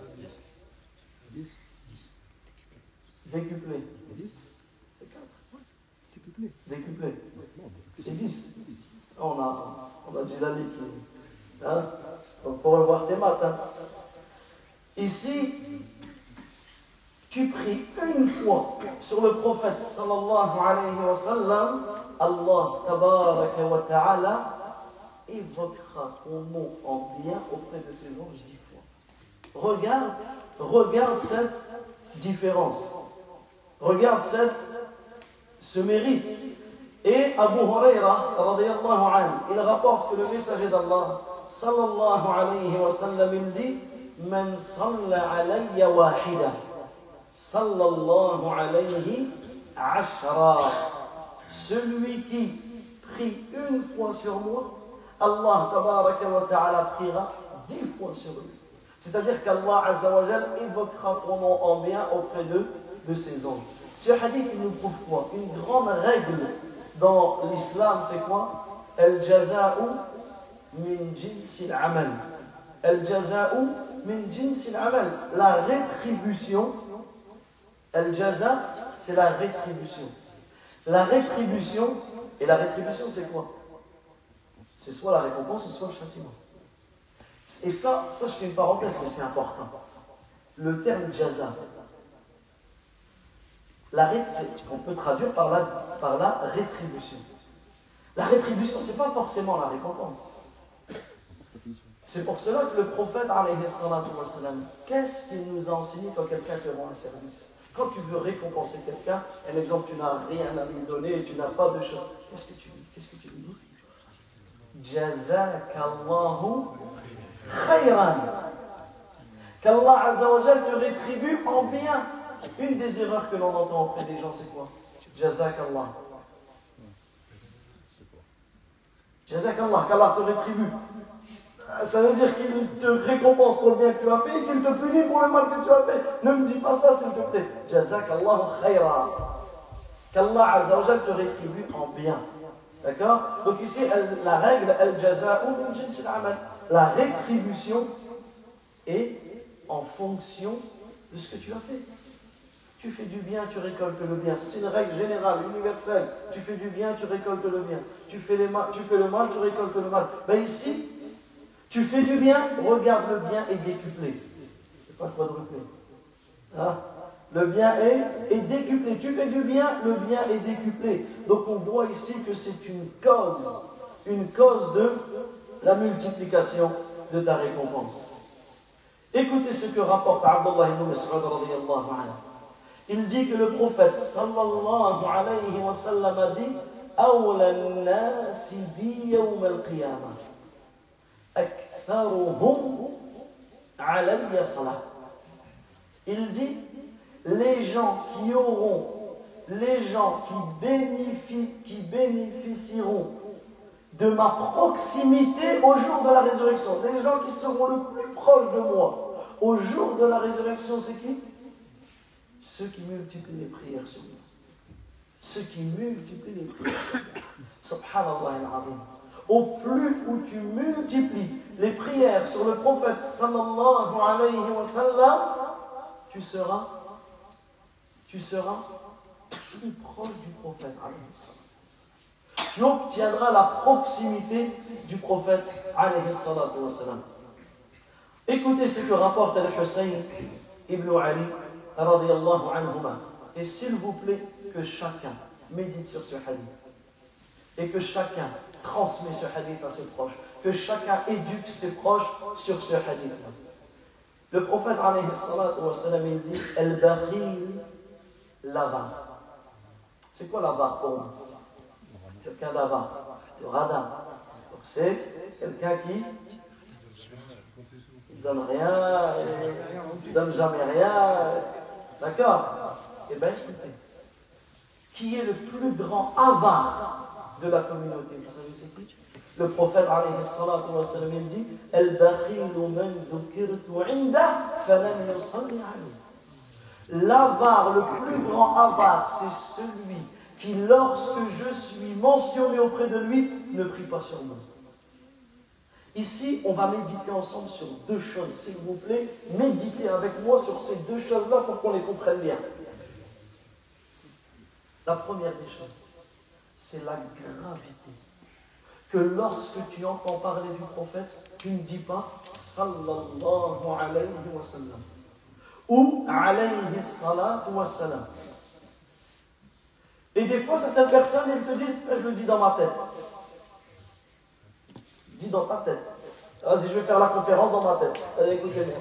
dix. Décupler. dix. C'est quatre. Décupler. Décupler. C'est dix. On a, on a dit la ligue. Hein? Donc pour revoir tes maths. Hein? Ici, tu pries une fois sur le prophète sallallahu alayhi wa sallam, Allah tabaraka wa ta'ala évoquera ton nom en bien auprès de ses anges dix fois. Regarde, regarde cette différence. Regarde cette, ce mérite. Et Abu Huraira, radiyallahu anhu, il rapporte que le messager d'Allah, sallallahu alayhi wa sallam, il dit Man salla alayya wahida, sallallahu alayhi ashra. Celui qui prie une fois sur moi, Allah tabaraka wa ta'ala priera dix fois sur lui. C'est-à-dire qu'Allah Azza wa Jal évoquera ton nom en bien auprès de, de ses anges. Ce hadith, il nous prouve quoi? Une grande règle dans l'islam, c'est quoi? Al-jaza'u min jinsil amal. Al-jaza'u min jinsil amal. La rétribution. Al-jaza', c'est la rétribution. La rétribution, et la rétribution, c'est quoi? C'est soit la récompense ou soit le châtiment. Et ça, ça je fais une parenthèse, mais c'est important. Le terme jaza, la ré, on peut traduire par la, par la rétribution. La rétribution, ce n'est pas forcément la récompense. C'est pour cela que le prophète, alayhi salatu wa salam, qu'est-ce qu'il nous a enseigné quand quelqu'un te rend un service? Quand tu veux récompenser quelqu'un, un exemple, tu n'as rien à lui donner et tu n'as pas de choses. Qu'est-ce que tu dis? Qu'est-ce que tu dis? Jazakallahu khayran. Qu'Allah Azza wa Jal te rétribue en bien. Une des erreurs que l'on entend auprès des gens, c'est quoi? Jazakallah. Jazakallah, qu'Allah te rétribue. Ça veut dire qu'il te récompense pour le bien que tu as fait et qu'il te punit pour le mal que tu as fait. Ne me dis pas ça, s'il te plaît. Jazakallahu khayran. Qu'Allah Azza wa Jal te rétribue en bien. D'accord? Donc ici, la règle, al-jaza'u min jinsil amal. La rétribution est en fonction de ce que tu as fait. Tu fais du bien, tu récoltes le bien. C'est une règle générale, universelle. Tu fais du bien, tu récoltes le bien. Tu fais, les ma- tu fais le mal, tu récoltes le mal. Ben ici, tu fais du bien, regarde le bien est décuplé. C'est pas quadruplé. Hein? Le bien est, est décuplé. Tu fais du bien, le bien est décuplé. Donc on voit ici que c'est une cause, une cause de la multiplication de ta récompense. Écoutez ce que rapporte Abdullah ibn Mas'ud radiyallahu anhu. Il dit que le prophète sallallahu alayhi wa sallam a dit Awla an-nasi bi yawm al-qiyamah aktharuhum alayya salah. Il dit les gens qui auront, les gens qui, bénéfici, qui bénéficieront de ma proximité au jour de la résurrection, les gens qui seront le plus proches de moi au jour de la résurrection, c'est qui? Ceux qui multiplient les prières sur moi. Ceux qui multiplient les prières. Subhanallah al-azim. Au plus où tu multiplies les prières sur le prophète sallallahu alayhi wa sallam, tu seras, tu seras plus proche du prophète alayhi wa sallam. Tu obtiendras la proximité du prophète alayhi wa sallam. Écoutez ce que rapporte Al-Hussein ibn Ali radiyallahu anhuma. Et s'il vous plaît, que chacun médite sur ce hadith. Et que chacun transmet ce hadith à ses proches. Que chacun éduque ses proches sur ce hadith. Le prophète alayhi wa sallam, il dit Al-Bakhil l'avare. C'est quoi l'avare pour nous? Quelqu'un d'avare, de radin. Donc c'est quelqu'un qui tu donnes rien, tu donnes jamais rien. D'accord? Eh bien, écoutez, qui est le plus grand avare de la communauté? Vous savez c'est qui? Le prophète alayhi salatu wa sallam, il dit Al-bakhilu man dhukirtu indah falam yusalli alayhi. L'avare, le plus grand avare, c'est celui qui, lorsque je suis mentionné auprès de lui, ne prie pas sur moi. Ici, on va méditer ensemble sur deux choses, s'il vous plaît. Méditez avec moi sur ces deux choses-là pour qu'on les comprenne bien. La première des choses, c'est la gravité. Que lorsque tu entends parler du prophète, tu ne dis pas sallallahu alayhi wa sallam ou alayhi salatu wa salam. Et des fois, certaines personnes, elles te disent je le dis dans ma tête. Dis dans ta tête. Vas-y, je vais faire la conférence dans ma tête. Allez, écoutez-moi.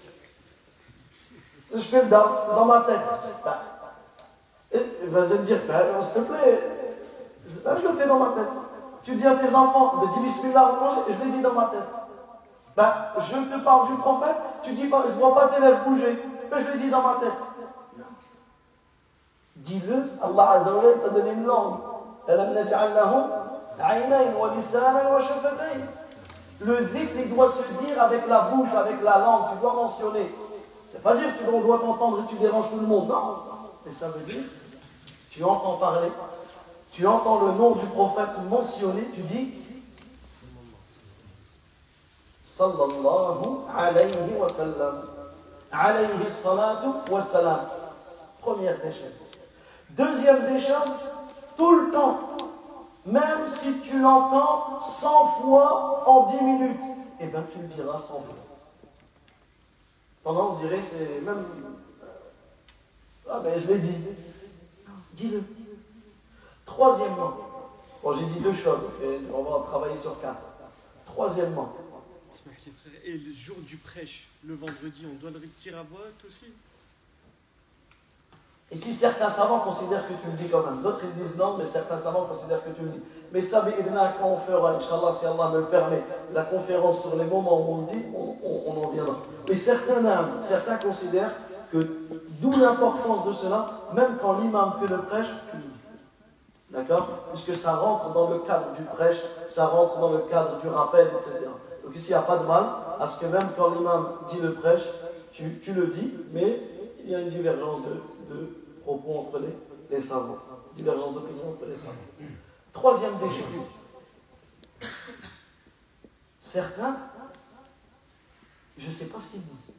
Je fais le dars dans ma tête. Bah, et, vas-y me dire, bah, s'il te plaît, là je le fais dans ma tête. Tu dis à tes enfants, bah, dis bismillah, je le dis dans ma tête. Bah, je te parle du prophète, tu dis pas, je ne vois pas tes lèvres bouger, mais je le dis dans ma tête. Non. Dis-le, Allah Azza wa Jalla t'a donné une langue. Le dhikr, il doit se dire avec la bouche, avec la langue, tu dois mentionner. C'est pas dire que tu dois t'entendre et tu déranges tout le monde, non. Mais ça veut dire, tu entends parler, tu entends le nom du prophète mentionné, tu dis Sallallahu alayhi wa sallam. Alayhi salatu wa salam. Première des choses. Deuxième des choses, tout le temps, même si tu l'entends cent fois en dix minutes, eh bien tu le diras cent fois. Pendant on dirait c'est même. Ah ben je l'ai dit. Dis-le. Troisièmement, bon j'ai dit deux choses, on va en travailler sur quatre. Troisièmement. Et le jour du prêche, le vendredi, on doit le dire à voix haute aussi? Et si certains savants considèrent que tu le dis quand même, d'autres ils disent non, mais certains savants considèrent que tu le dis. Mais ça, quand on fera, Inch'Allah, si Allah me le permet, la conférence sur les moments où on le dit, on, on, on en viendra. Mais certains, certains considèrent que, d'où l'importance de cela, même quand l'imam fait le prêche, tu le dis. D'accord? Puisque ça rentre dans le cadre du prêche, ça rentre dans le cadre du rappel, et cetera. Donc ici, il n'y a pas de mal à ce que même quand l'imam dit le prêche, tu, tu le dis, mais il y a une divergence de, de propos entre les, les savants. Divergence d'opinion entre les savants. Troisième des choses. Certains, je ne sais pas ce qu'ils disent.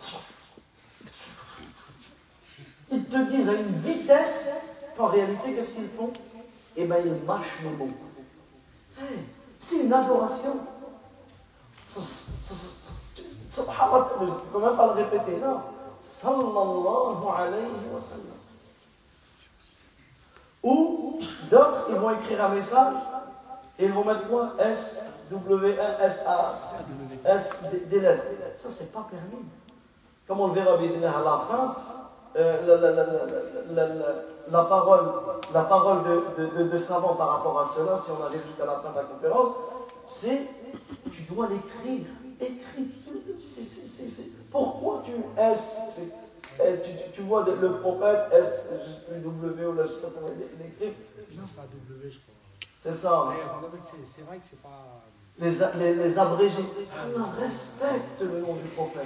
Ils te disent à une vitesse qu'en réalité, qu'est-ce qu'ils font? Eh bien, ils mâchent le mot. Hey, c'est une adoration. Subhanallah, je ne peux même pas le répéter, non. Sallallahu alayhi wa sallam. Ou d'autres, ils vont écrire un message et ils vont mettre quoi? S, W, S, A, S, des lettres. Ça, c'est pas permis. Comme on le verra à la fin, euh, la, la, la, la, la, la parole, la parole de, de, de, de savant par rapport à cela, si on arrive jusqu'à la fin de la conférence, c'est tu dois l'écrire. Écris. C'est, c'est, c'est, c'est. Pourquoi tu S, c'est, tu, tu, tu vois le prophète S, W ou là, je ne sais pas comment il écrit. Non, c'est A W, je crois. C'est ça. Mais, c'est, c'est vrai que c'est pas. Les, les, les abrégés. Allah respecte le nom du prophète.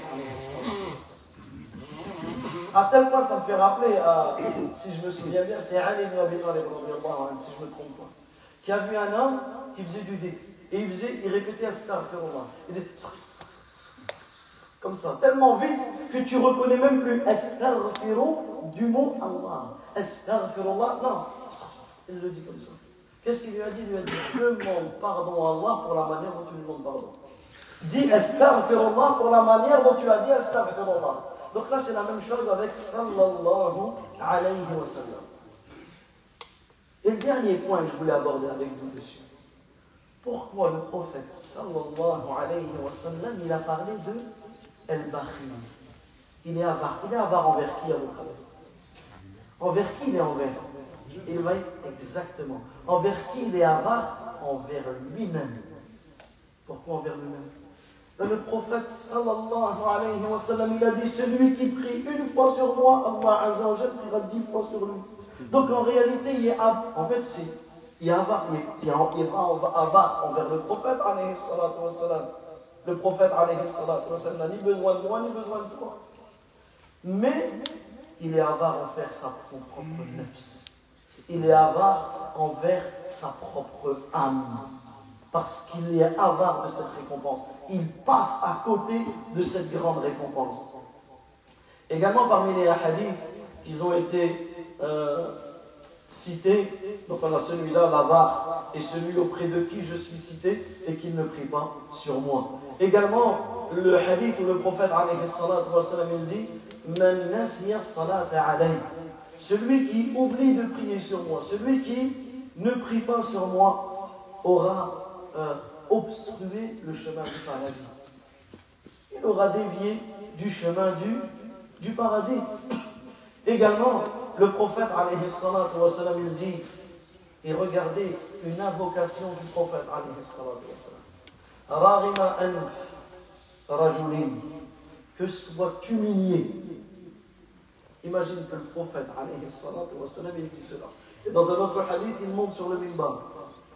À tel point, ça me fait rappeler, à, si je me souviens bien, c'est Ali ibn Abi Talib, si je ne me trompe pas, qui a vu un homme qui faisait du dhikr. Et il faisait, il répétait astaghfirullah. Il disait comme ça, tellement vite que tu ne reconnais même plus astaghfiru du mot Allah. Astaghfirullah, non, il le dit comme ça. Qu'est-ce qu'il lui a dit? Il lui a dit demande pardon à Allah pour la manière dont tu lui demandes pardon. Dis astaghfirullah pour la manière dont tu as dit astaghfirullah. Donc là, c'est la même chose avec sallallahu alayhi wa sallam. Et le dernier point que je voulais aborder avec vous dessus. Pourquoi le prophète sallallahu alayhi wa sallam, il a parlé de El-Bakhil? Il est avare. Il est avare envers qui, à votre avis? Envers qui il est envers? Il va exactement. Envers qui il est avare? Envers lui-même. Pourquoi envers lui-même? Et le prophète sallallahu alayhi wa sallam, il a dit, celui qui prie une fois sur moi, Allah azza wa jalla priera dix fois sur lui. Donc en réalité, il y a, en fait, c'est, il y a avare, il y a, il y a avare envers le prophète alayhi salatu wa sallam. Le prophète alayhi salatu wa sallam n'a ni besoin de moi, ni besoin de toi. Mais il est avare envers sa propre nefs. Il est avare envers sa propre âme. Parce qu'il est avare de cette récompense. Il passe à côté de cette grande récompense. Également parmi les hadiths qui ont été euh, cités, donc on a celui-là, l'avare, et celui auprès de qui je suis cité et qui ne prie pas sur moi. Également, le hadith où le prophète alayhi salatu wa sallam, il dit Man nasiya salata alayhi. Celui qui oublie de prier sur moi, celui qui ne prie pas sur moi, aura euh, obstrué le chemin du paradis. Il aura dévié du chemin du, du paradis. Également, le prophète alayhi salatu wa sallam, il dit, et regardez une invocation du prophète alayhi salatu wa sallam. Rarima anf rajulin, que soit humilié. Imagine que le prophète alayhi salatu wa sallam, il dit cela. Et dans un autre hadith, il monte sur le minbar.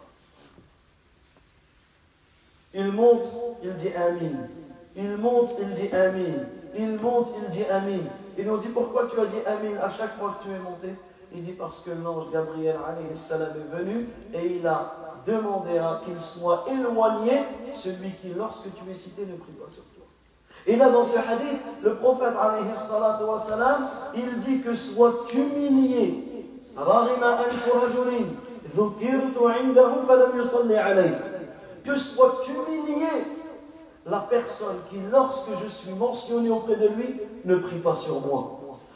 Il monte, il dit Amin. Il monte, il dit Amin. Il monte, il dit Amin. Ils lui ont dit pourquoi tu as dit Amin à chaque fois que tu es monté. Il dit parce que l'ange Gabriel alayhi salam est venu et il a demandé à qu'il soit éloigné, celui qui, lorsque tu es cité, ne prie pas sur toi. Et là, dans ce hadith, le prophète alayhi salatu wa salam, il dit que soit humilié. Rarima anfu rajulin, dhukirtu indahu falam yusalli alayhi. Que soit humilié la personne qui, lorsque je suis mentionné auprès de lui, ne prie pas sur moi.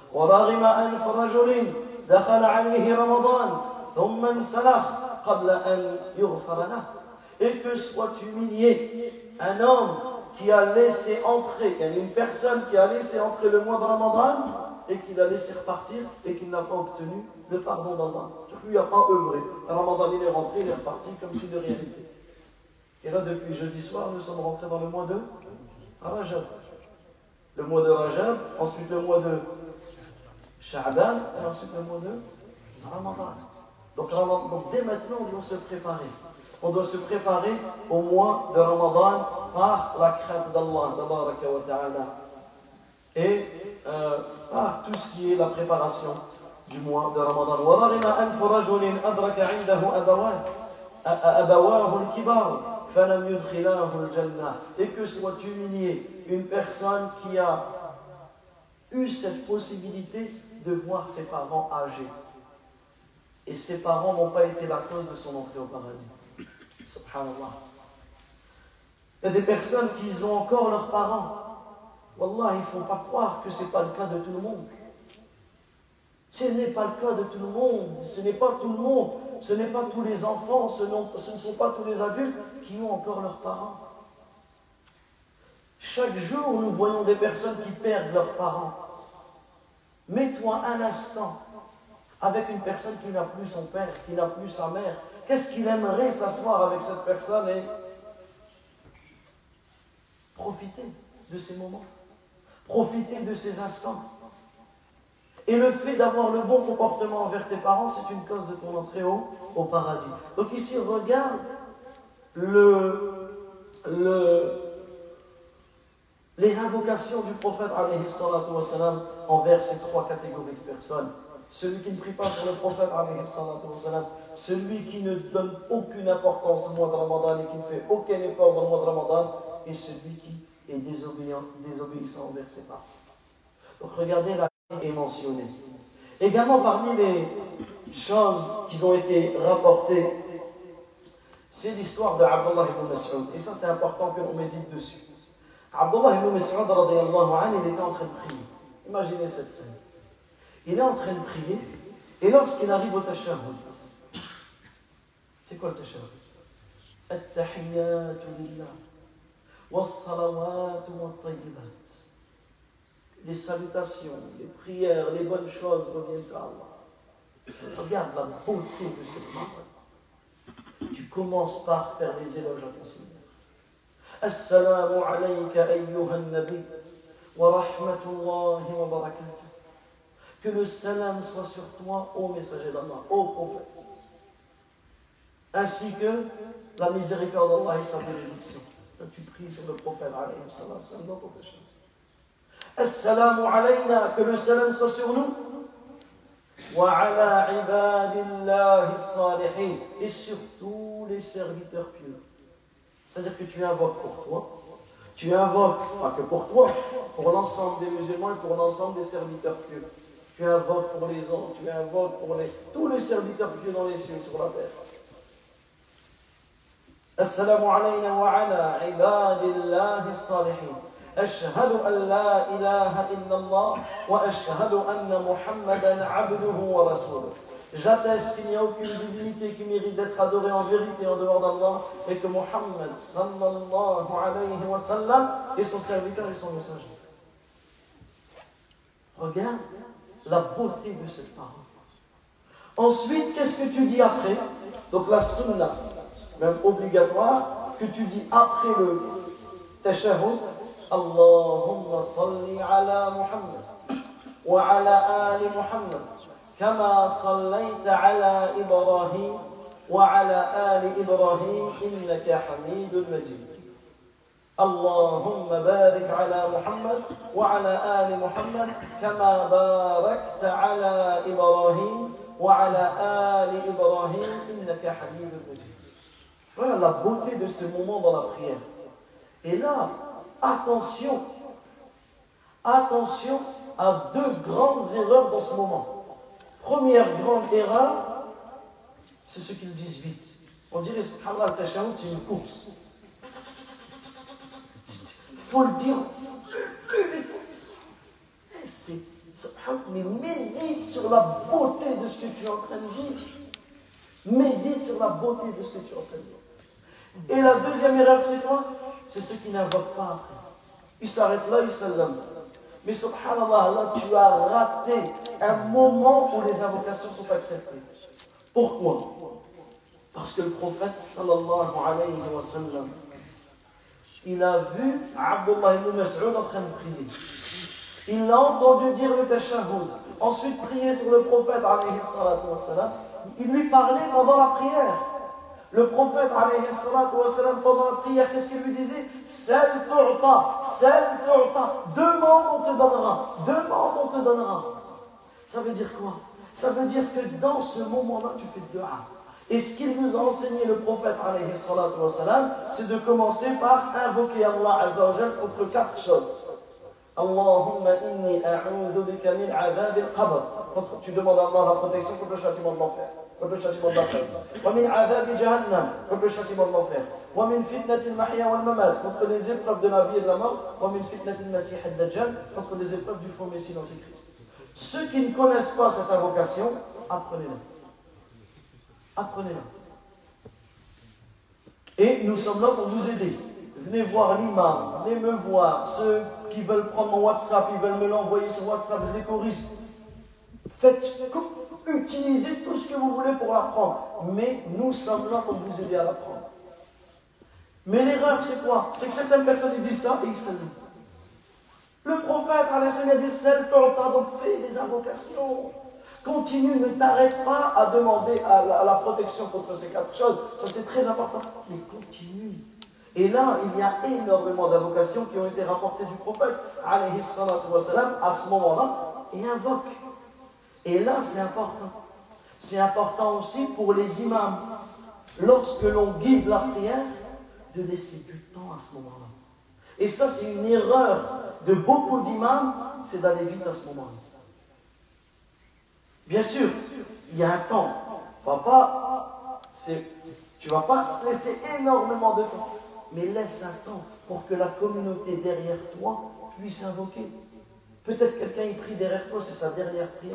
Et que soit humilié un homme qui a laissé entrer, il y a une personne qui a laissé entrer le mois de Ramadan et qui l'a laissé repartir et qui n'a pas obtenu le pardon d'Allah. Lui n'a pas œuvré. Ramadan, il est rentré, il est reparti comme si de rien n'était. Et là, depuis jeudi soir, nous sommes rentrés dans le mois de Rajab. Le mois de Rajab, ensuite le mois de Sha'ban, et ensuite le mois de Ramadan. Donc, donc dès maintenant, on doit se préparer. On doit se préparer au mois de Ramadan par la crainte d'Allah, tabaraka wa ta'ala. Et euh, par tout ce qui est la préparation du mois de Ramadan. وَرَغِمَ أَنْفُ رَجُلٍ أَدْرَكَ عِنْدَهُ أَبَوَاهُ الْكِبَارُ et que soit humilié une personne qui a eu cette possibilité de voir ses parents âgés. Et ses parents n'ont pas été la cause de son entrée au paradis. Subhanallah. Il y a des personnes qui ont encore leurs parents. Wallah, il ne faut pas croire que ce n'est pas le cas de tout le monde. Ce n'est pas le cas de tout le monde. Ce n'est pas tout le monde. Ce n'est pas tous les enfants, ce, ce ne sont pas tous les adultes qui ont encore leurs parents. Chaque jour, nous voyons des personnes qui perdent leurs parents. Mets-toi un instant avec une personne qui n'a plus son père, qui n'a plus sa mère. Qu'est-ce qu'il aimerait s'asseoir avec cette personne et profiter de ces moments, profiter de ces instants. Et le fait d'avoir le bon comportement envers tes parents, c'est une cause de ton entrée au, au paradis. Donc ici, regarde le, le, les invocations du prophète alayhi salatu wa salam envers ces trois catégories de personnes. Celui qui ne prie pas sur le prophète alayhi salatu wa salam, celui qui ne donne aucune importance au mois de Ramadan et qui ne fait aucun effort dans le mois de Ramadan, et celui qui est désobéissant, désobéissant envers ses parents. Donc regardez la est mentionné. Également parmi les choses qui ont été rapportées, c'est l'histoire de Abdullah ibn Mas'ud. Et ça c'est important que l'on médite dessus. Abdullah ibn Mas'ud radiyallahu anhu, il était en train de prier. Imaginez cette scène. Il est en train de prier et lorsqu'il arrive au tashahhud, c'est quoi le tashahhud? At-tahiyyatu lillah was-salawatu wat-tayyibat. Les salutations, les prières, les bonnes choses reviennent à Allah. Regarde la beauté de cette parole. Tu commences par faire les éloges à ton Seigneur. Assalamu alayka ayyuha an-nabi wa rahmatullahi wa barakatuh. Que le salam soit sur toi, ô messager d'Allah, ô prophète. Ainsi que la miséricorde d'Allah et sa bénédiction. Tu pries sur le prophète alayhi salam dans ton péché. Assalamu alayna, que le salam soit sur nous. Wa ala ibadillahi salihin, et sur tous les serviteurs pieux. C'est-à-dire que tu invoques pour toi, tu invoques, pas que pour toi, pour l'ensemble des musulmans et pour l'ensemble des serviteurs pieux. Tu invoques pour les anges, tu invoques pour les, tous les serviteurs pieux dans les cieux, sur la terre. Assalamu alayna wa ala ibadillahi salihin. أشهد أن لا إله إلا الله وأشهد أن محمدا عبده ورسوله. J'atteste qu'il n'y a aucune divinité qui mérite d'être adorée en vérité en dehors d'Allah et que Muhammad sallallahu alayhi wa sallam est son serviteur et son messager. Regarde la beauté de cette parole. Ensuite, qu'est-ce que tu dis après? Donc la sunna, même obligatoire, que tu dis après le tashahhud. اللهم صل على محمد وعلى آل محمد كما صليت على إبراهيم وعلى آل إبراهيم إنك حميد مجيد اللهم بارك على محمد وعلى آل محمد كما باركت على إبراهيم وعلى آل إبراهيم إنك حميد مجيد. Voilà la beauté de ce moment dans la prière. Et là, attention, attention à deux grandes erreurs dans ce moment. Première grande erreur, c'est ce qu'ils disent vite. On dirait, subhanallah, le tashahhud, c'est une course. Il faut le dire plus vite. C'est, subhanallah, mais médite sur la beauté de ce que tu es en train de dire. Médite sur la beauté de ce que tu es en train de dire. Et la deuxième erreur, c'est quoi? C'est ceux qui n'invoquent pas après. Ils s'arrêtent là, ils s'allament. Mais subhanallah, là, tu as raté un moment où les invocations sont acceptées. Pourquoi? Parce que le prophète sallallahu alayhi wa sallam, il a vu Abdullah ibn Mas'ud en train de prier. Il l'a entendu dire le tashahhud. Ensuite, prier sur le prophète alayhi salatu wa sallam. Il lui parlait pendant la prière. Le prophète, alayhi salatu wa sallam, pendant la prière, qu'est-ce qu'il lui disait? Sal tu'ta, sal tu'ta. Demande, on te donnera. Demande, on te donnera. Ça veut dire quoi? Ça veut dire que dans ce moment-là, tu fais de dua. Et ce qu'il nous a enseigné le prophète, alayhi salatu wa sallam, c'est de commencer par invoquer Allah azza wa jal contre quatre choses. Allahumma inni a'udhu bika min adhab al-qabr. Tu demandes à Allah la protection contre le châtiment de l'enfer. Contre le châtiment de l'enfer. Wa min adhab jahannam. Contre le châtiment de l'enfer. Wa min fitnati al-mahya wal-mamat. Contre les épreuves de la vie et de la mort. Wa min fitnati al-masih ad-dajjal. Contre les épreuves du faux messie l'antéchrist. Ceux qui ne connaissent pas cette invocation, apprenez-la. Apprenez-la. Et nous sommes là pour vous aider. Venez voir l'imam, venez me voir. Ceux qui veulent prendre mon WhatsApp, ils veulent me l'envoyer sur WhatsApp, je les corrige. Faites, utilisez tout ce que vous voulez pour l'apprendre. Mais nous sommes là pour vous aider à l'apprendre. Mais l'erreur, c'est quoi? C'est que certaines personnes ils disent ça et ils se disent. Le prophète, alayhi salam, a dit celle donc fais des invocations. Continue, ne t'arrête pas à demander à la, à la protection contre ces quatre choses. Ça, c'est très important. Mais continue. Et là, il y a énormément d'invocations qui ont été rapportées du prophète, alayhi salatu wa salam, à ce moment-là, et invoque. Et là, c'est important. C'est important aussi pour les imams, lorsque l'on guide la prière, de laisser du temps à ce moment-là. Et ça, c'est une erreur de beaucoup d'imams, c'est d'aller vite à ce moment-là. Bien sûr, il y a un temps. Papa, c'est, tu ne vas pas laisser énormément de temps. Mais laisse un temps pour que la communauté derrière toi puisse invoquer. Peut-être quelqu'un y prie derrière toi, c'est sa dernière prière.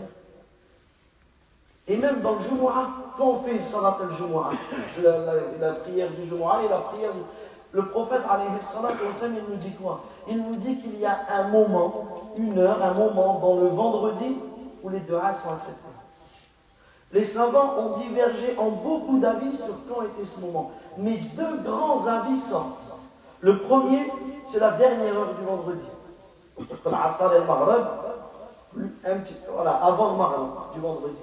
Et même dans le Jumu'ah, quand on fait Salat al-Jumu'ah, la, la, la prière du Jumu'ah et la prière, le prophète, alayhi salatu wa sallam, il nous dit quoi? Il nous dit qu'il y a un moment, une heure, un moment dans le vendredi où les du'as sont acceptés. Les savants ont divergé en beaucoup d'avis sur quand était ce moment. Mais deux grands avis sortent. Le premier, c'est la dernière heure du vendredi. Entre l'Asr et le Maghreb, un petit, voilà, avant le Maghreb du vendredi.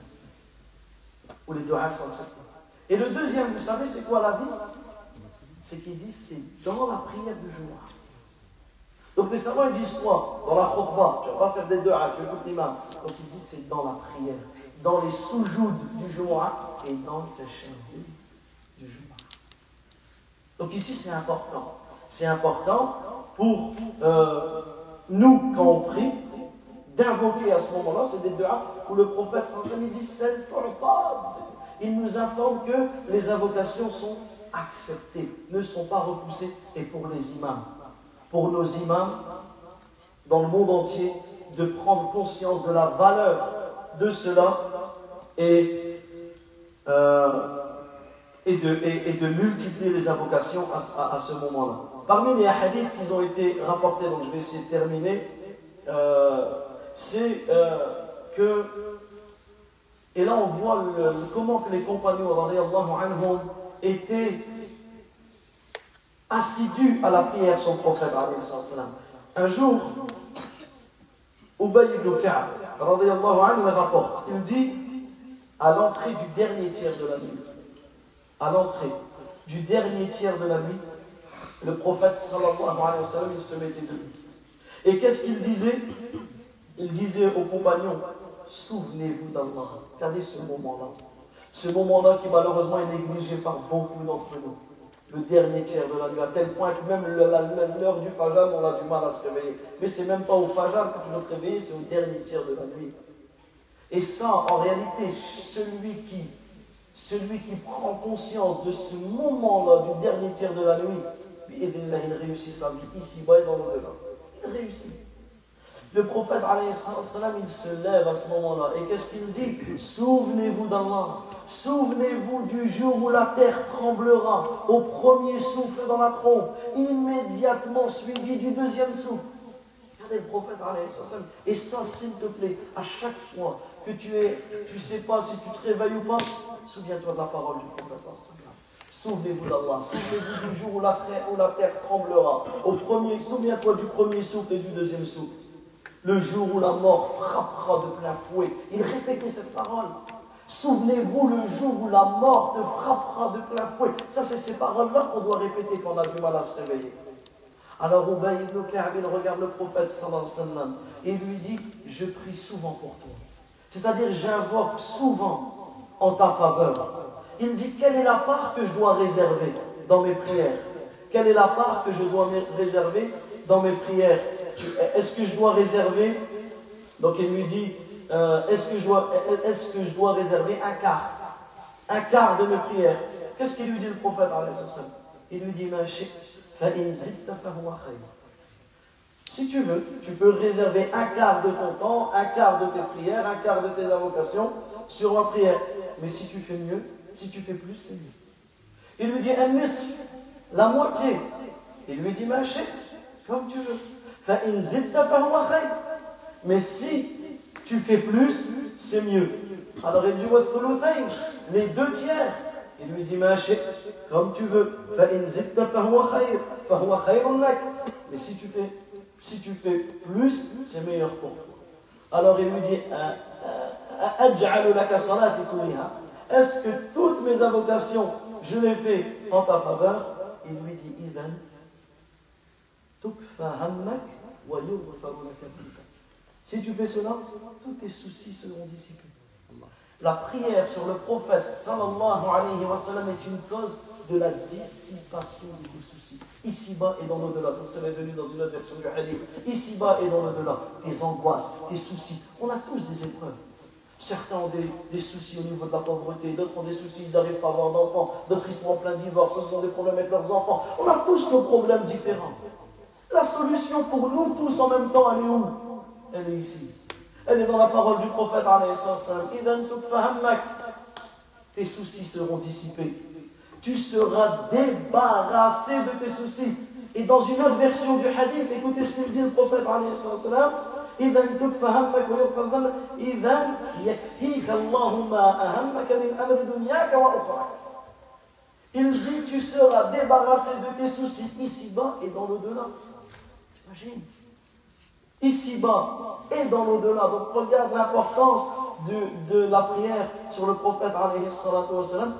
Où les du'as sont acceptés. Et le deuxième, vous savez, c'est quoi la vie? C'est qu'ils disent c'est dans la prière de Jumu'ah. Donc les savants ils disent quoi? Dans la khutbah, tu ne vas pas faire des du'as, tu écoutes l'imam. Donc ils disent c'est dans la prière, dans les soujouds du Jumu'ah et dans le tashahhud du Jumu'ah. Donc ici c'est important. C'est important pour euh, nous, quand on prie, d'invoquer à ce moment-là, c'est des du'as où le prophète sallallahu alayhi wa sallam dit il nous informe que les invocations sont acceptées, ne sont pas repoussées, et pour les imams, pour nos imams dans le monde entier, de prendre conscience de la valeur de cela et, euh, et, de, et, et de multiplier les invocations à, à, à ce moment-là. Parmi les hadiths qui ont été rapportés, donc je vais essayer de terminer, euh, c'est euh, que, et là on voit le, comment que les compagnons radiyallahu anhum étaient assidus à la prière sur le prophète alayhi salam. Un jour, Ubay ibn Ka'b radiyallahu anhu le rapporte, il dit à l'entrée du dernier tiers de la nuit, à l'entrée du dernier tiers de la nuit, le prophète sallallahu alayhi wa sallam, il se mettait debout. Et qu'est-ce qu'il disait? Il disait aux compagnons, souvenez-vous d'Allah. Regardez ce moment-là. Ce moment-là qui malheureusement est négligé par beaucoup d'entre nous. Le dernier tiers de la nuit, à tel point que même l'heure du Fajr, on a du mal à se réveiller. Mais c'est même pas au Fajr que tu dois te réveiller, c'est au dernier tiers de la nuit. Et ça, en réalité, celui qui, celui qui prend conscience de ce moment-là, du dernier tiers de la nuit, il réussit sa vie ici-bas et dans l'au-delà. Il réussit. Le prophète, alayhi salam, il se lève à ce moment-là. Et qu'est-ce qu'il dit? Souvenez-vous d'Allah. Souvenez-vous du jour où la terre tremblera au premier souffle dans la trompe, immédiatement suivi du deuxième souffle. Regardez le prophète, alayhi salam. Et ça, s'il te plaît, à chaque fois que tu es, tu ne sais pas si tu te réveilles ou pas, souviens-toi de la parole du prophète, sallallahu alayhi wa sallam. Souvenez-vous d'Allah, souvenez-vous du jour où la, où la terre tremblera. Au premier, souviens-toi du premier souffle et du deuxième souffle. Le jour où la mort frappera de plein fouet. Il répétait cette parole. Souvenez-vous le jour où la mort te frappera de plein fouet. Ça, c'est ces paroles-là qu'on doit répéter quand on a du mal à se réveiller. Alors Ubay ibn Ka'b, il regarde le prophète sallallahu alayhi wa sallam et lui dit, je prie souvent pour toi. C'est-à-dire, j'invoque souvent en ta faveur. Il dit, quelle est la part que je dois réserver dans mes prières? Quelle est la part que je dois réserver dans mes prières? Est-ce que je dois réserver? Donc il lui dit, euh, est-ce que je dois, est-ce que je dois réserver un quart? Un quart de mes prières. Qu'est-ce qu'il lui dit le prophète? Il lui dit, si tu veux, tu peux réserver un quart de ton temps, un quart de tes prières, un quart de tes invocations sur ma prière. Mais si tu fais mieux, si tu fais plus, c'est mieux. Il lui dit, un nisf, la moitié. Il lui dit, comme tu veux. Mais si tu fais plus, c'est mieux. Alors il dit, les deux tiers. Il lui dit, comme tu veux. Mais si tu fais, si tu fais plus, c'est meilleur pour toi. Alors il lui dit, est-ce que toutes mes invocations, je les fais en ta faveur? Il lui dit, Idan, si tu fais cela, tous tes soucis seront dissipés. La prière sur le prophète sallallahu alayhi wa sallam est une cause de la dissipation des soucis. Ici-bas et dans l'au-delà. Donc ça est venu dans une autre version du hadith. Ici-bas et dans l'au-delà. Des angoisses, des soucis. On a tous des épreuves. Certains ont des, des soucis au niveau de la pauvreté, d'autres ont des soucis, ils n'arrivent pas à avoir d'enfants, d'autres ils sont en plein divorce, d'autres ont des problèmes avec leurs enfants. On a tous nos problèmes différents. La solution pour nous tous en même temps, elle est où? Elle est ici. Elle est dans la parole du prophète alayhi salam. Tes soucis seront dissipés. Tu seras débarrassé de tes soucis. Et dans une autre version du hadith, écoutez ce qu'il dit le prophète alayhi salam. إذا تكفى همك ويغفر ذنبك إذا يكفيك الله ما أهمك من أمر دنياك وأخرى. Il dit, tu seras débarrassé de tes soucis ici-bas et dans l'au-delà. T'imagines? Ici-bas et dans l'au-delà. Donc regarde l'importance de, de la prière sur le prophète alayhi salatu wa salam.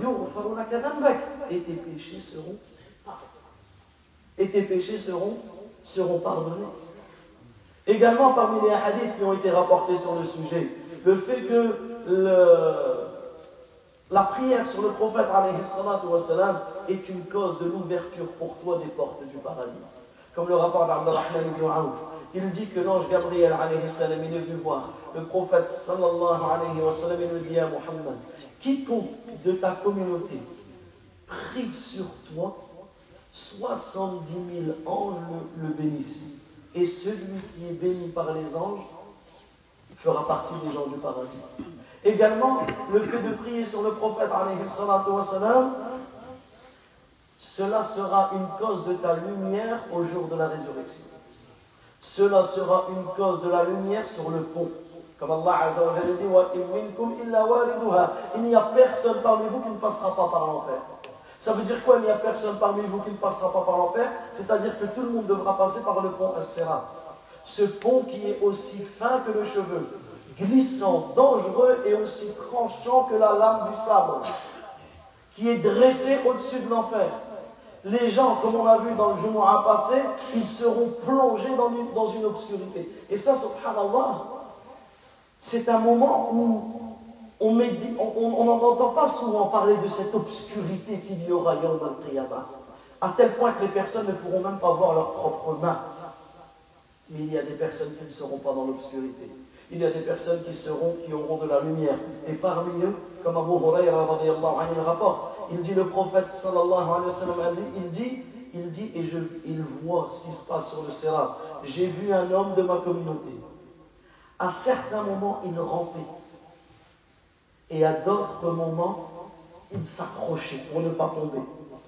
Et tes péchés seront pardonnés. Et tes péchés seront, seront pardonnés. Également parmi les hadiths qui ont été rapportés sur le sujet, le fait que le, la prière sur le prophète alayhi salatu wa salam est une cause de l'ouverture pour toi des portes du paradis. Comme le rapport d'Abdurrahman ibn Awf. Il dit que l'ange Gabriel alayhi salam il est venu voir le prophète sallallahu alayhi wa sallam et lui dit à Muhammad, quiconque de ta communauté prie sur toi, soixante-dix mille anges le, le bénissent. Et celui qui est béni par les anges fera partie des gens du paradis. Également, le fait de prier sur le prophète alayhi salatu wa salam, cela sera une cause de ta lumière au jour de la résurrection. Cela sera une cause de la lumière sur le pont. Comme Allah Azza wa Jalla dit, wa in minkum illa waliduha. Il n'y a personne parmi vous qui ne passera pas par l'enfer. Ça veut dire quoi? Il n'y a personne parmi vous qui ne passera pas par l'enfer. C'est-à-dire que tout le monde devra passer par le pont As-Sirat. Ce pont qui est aussi fin que le cheveu, glissant, dangereux et aussi tranchant que la lame du sabre, qui est dressé au-dessus de l'enfer. Les gens, comme on l'a vu dans le Jumu'ah passé, ils seront plongés dans une, dans une obscurité. Et ça, subhanallah, c'est un moment où on n'en entend pas souvent parler de cette obscurité qu'il y aura Yawm al-Qiyamah, à tel point que les personnes ne pourront même pas voir leurs propres mains. Mais il y a des personnes qui ne seront pas dans l'obscurité. Il y a des personnes qui seront, qui auront de la lumière. Et parmi eux, comme Abu Hurayra radiyallahu anhu le rapporte, il dit, le prophète sallallahu alayhi wa sallam, il dit, il dit, et je, il voit ce qui se passe sur le Sirat. J'ai vu un homme de ma communauté. À certains moments, il rampait. Et à d'autres moments, il s'accrochait pour ne pas tomber.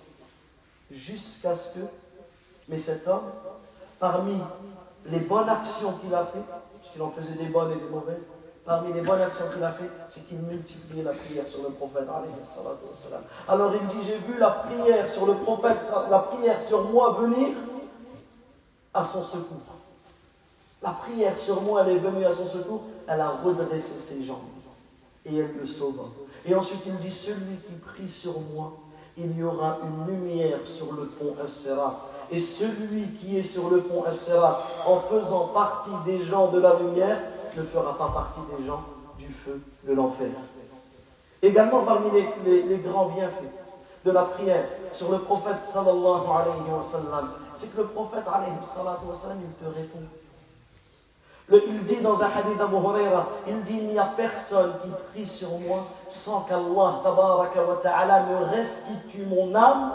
Jusqu'à ce que, mais cet homme, parmi les bonnes actions qu'il a fait, puisqu'il en faisait des bonnes et des mauvaises, parmi les bonnes actions qu'il a fait, c'est qu'il multipliait la prière sur le prophète alayhi salatu wa salam. Alors il dit, j'ai vu la prière sur le prophète, la prière sur moi venir à son secours. La prière sur moi, elle est venue à son secours, elle a redressé ses jambes et elle le sauva. Et ensuite il dit, celui qui prie sur moi, il y aura une lumière sur le pont As-Sirat. Et celui qui est sur le pont As-Sirat, en faisant partie des gens de la lumière, ne fera pas partie des gens du feu de l'enfer. Également parmi les, les, les grands bienfaits de la prière sur le prophète sallallahu alayhi wa sallam, c'est que le prophète alayhi salatu wa sallam, il te répond. Le, il dit dans un hadith d'Abu Hurayra, il dit, il n'y a personne qui prie sur moi sans qu'Allah tabaraka wa ta'ala me restitue mon âme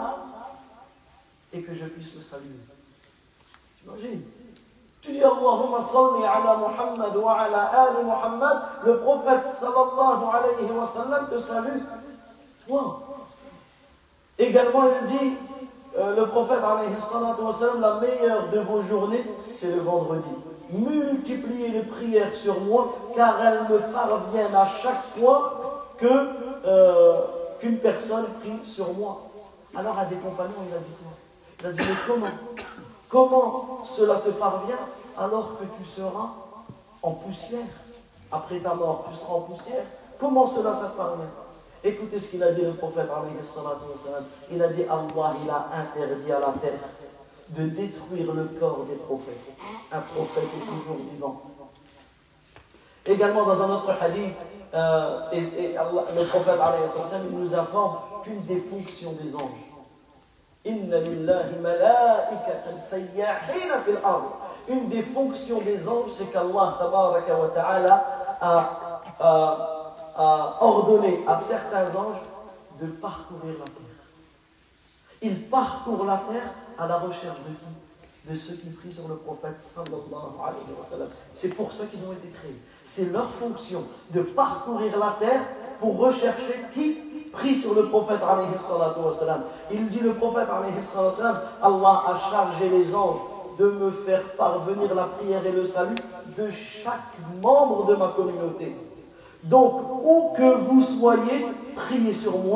et que je puisse le saluer. T'imagines? Tu dis Allahumma salli ala Muhammad wa ala ali Muhammad, le prophète sallallahu alayhi wa sallam te salue. Toi. Également il dit, euh, le prophète alayhi salatu wa sallam, la meilleure de vos journées, c'est le vendredi. Multipliez les prières sur moi, car elles me parviennent à chaque fois que, euh, qu'une personne prie sur moi. Alors à des compagnons, il a dit quoi? Il a dit, mais comment Comment cela te parvient alors que tu seras en poussière? Après ta mort, tu seras en poussière. Comment cela ça te parvient? Écoutez ce qu'il a dit le prophète alayhi salatu wa salam. Il a dit, Allah, il a interdit à la terre de détruire le corps des prophètes. Un prophète est toujours vivant. Également dans un autre hadith, euh, et, et Allah, le prophète alayhi sallam, il nous informe qu'une des fonctions des anges, Inna lillahi malaikatan sayyahina fil ard. Une des fonctions des anges, c'est qu'Allah tabaraka wa ta'ala a, a, a ordonné à certains anges de parcourir la terre. Ils parcourent la terre à la recherche de qui? De ceux qui prient sur le prophète sallallahu alayhi wa sallam. C'est pour ça qu'ils ont été créés. C'est leur fonction de parcourir la terre pour rechercher qui prie sur le prophète alayhi salatu wa sallam. Il dit le prophète alayhi salatu wa sallam, Allah a chargé les anges de me faire parvenir la prière et le salut de chaque membre de ma communauté. Donc, où que vous soyez, priez sur moi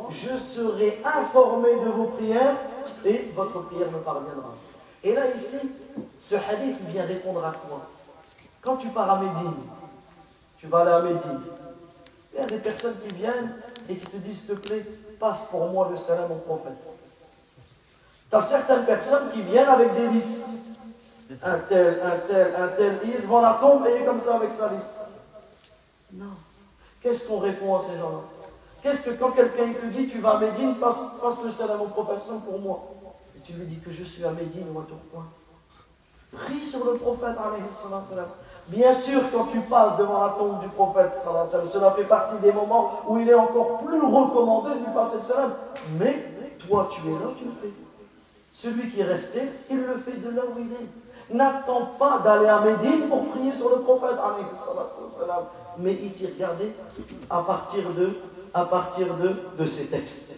je serai informé de vos prières et votre prière me parviendra. Et là, ici, ce hadith vient répondre à quoi? Quand tu pars à Médine, tu vas aller à Médine, il y a des personnes qui viennent et qui te disent, s'il te plaît, passe pour moi le salam au prophète. Tu as certaines personnes qui viennent avec des listes. Un tel, un tel, un tel, il est devant la tombe et il est comme ça avec sa liste. Non. Qu'est-ce qu'on répond à ces gens-là? Qu'est-ce que quand quelqu'un te dit, tu vas à Médine, passe, passe le salam au prophète pour moi. Et tu lui dis que je suis à Médine ou à Tourcoing. Prie sur le prophète, alayhi salam. Bien sûr, quand tu passes devant la tombe du prophète, cela fait partie des moments où il est encore plus recommandé de lui passer le salam. Mais toi, tu es là, tu le fais. Celui qui est resté, il le fait de là où il est. N'attends pas d'aller à Médine pour prier sur le prophète, mais ici, regardez, à partir de, à partir de, de ces textes.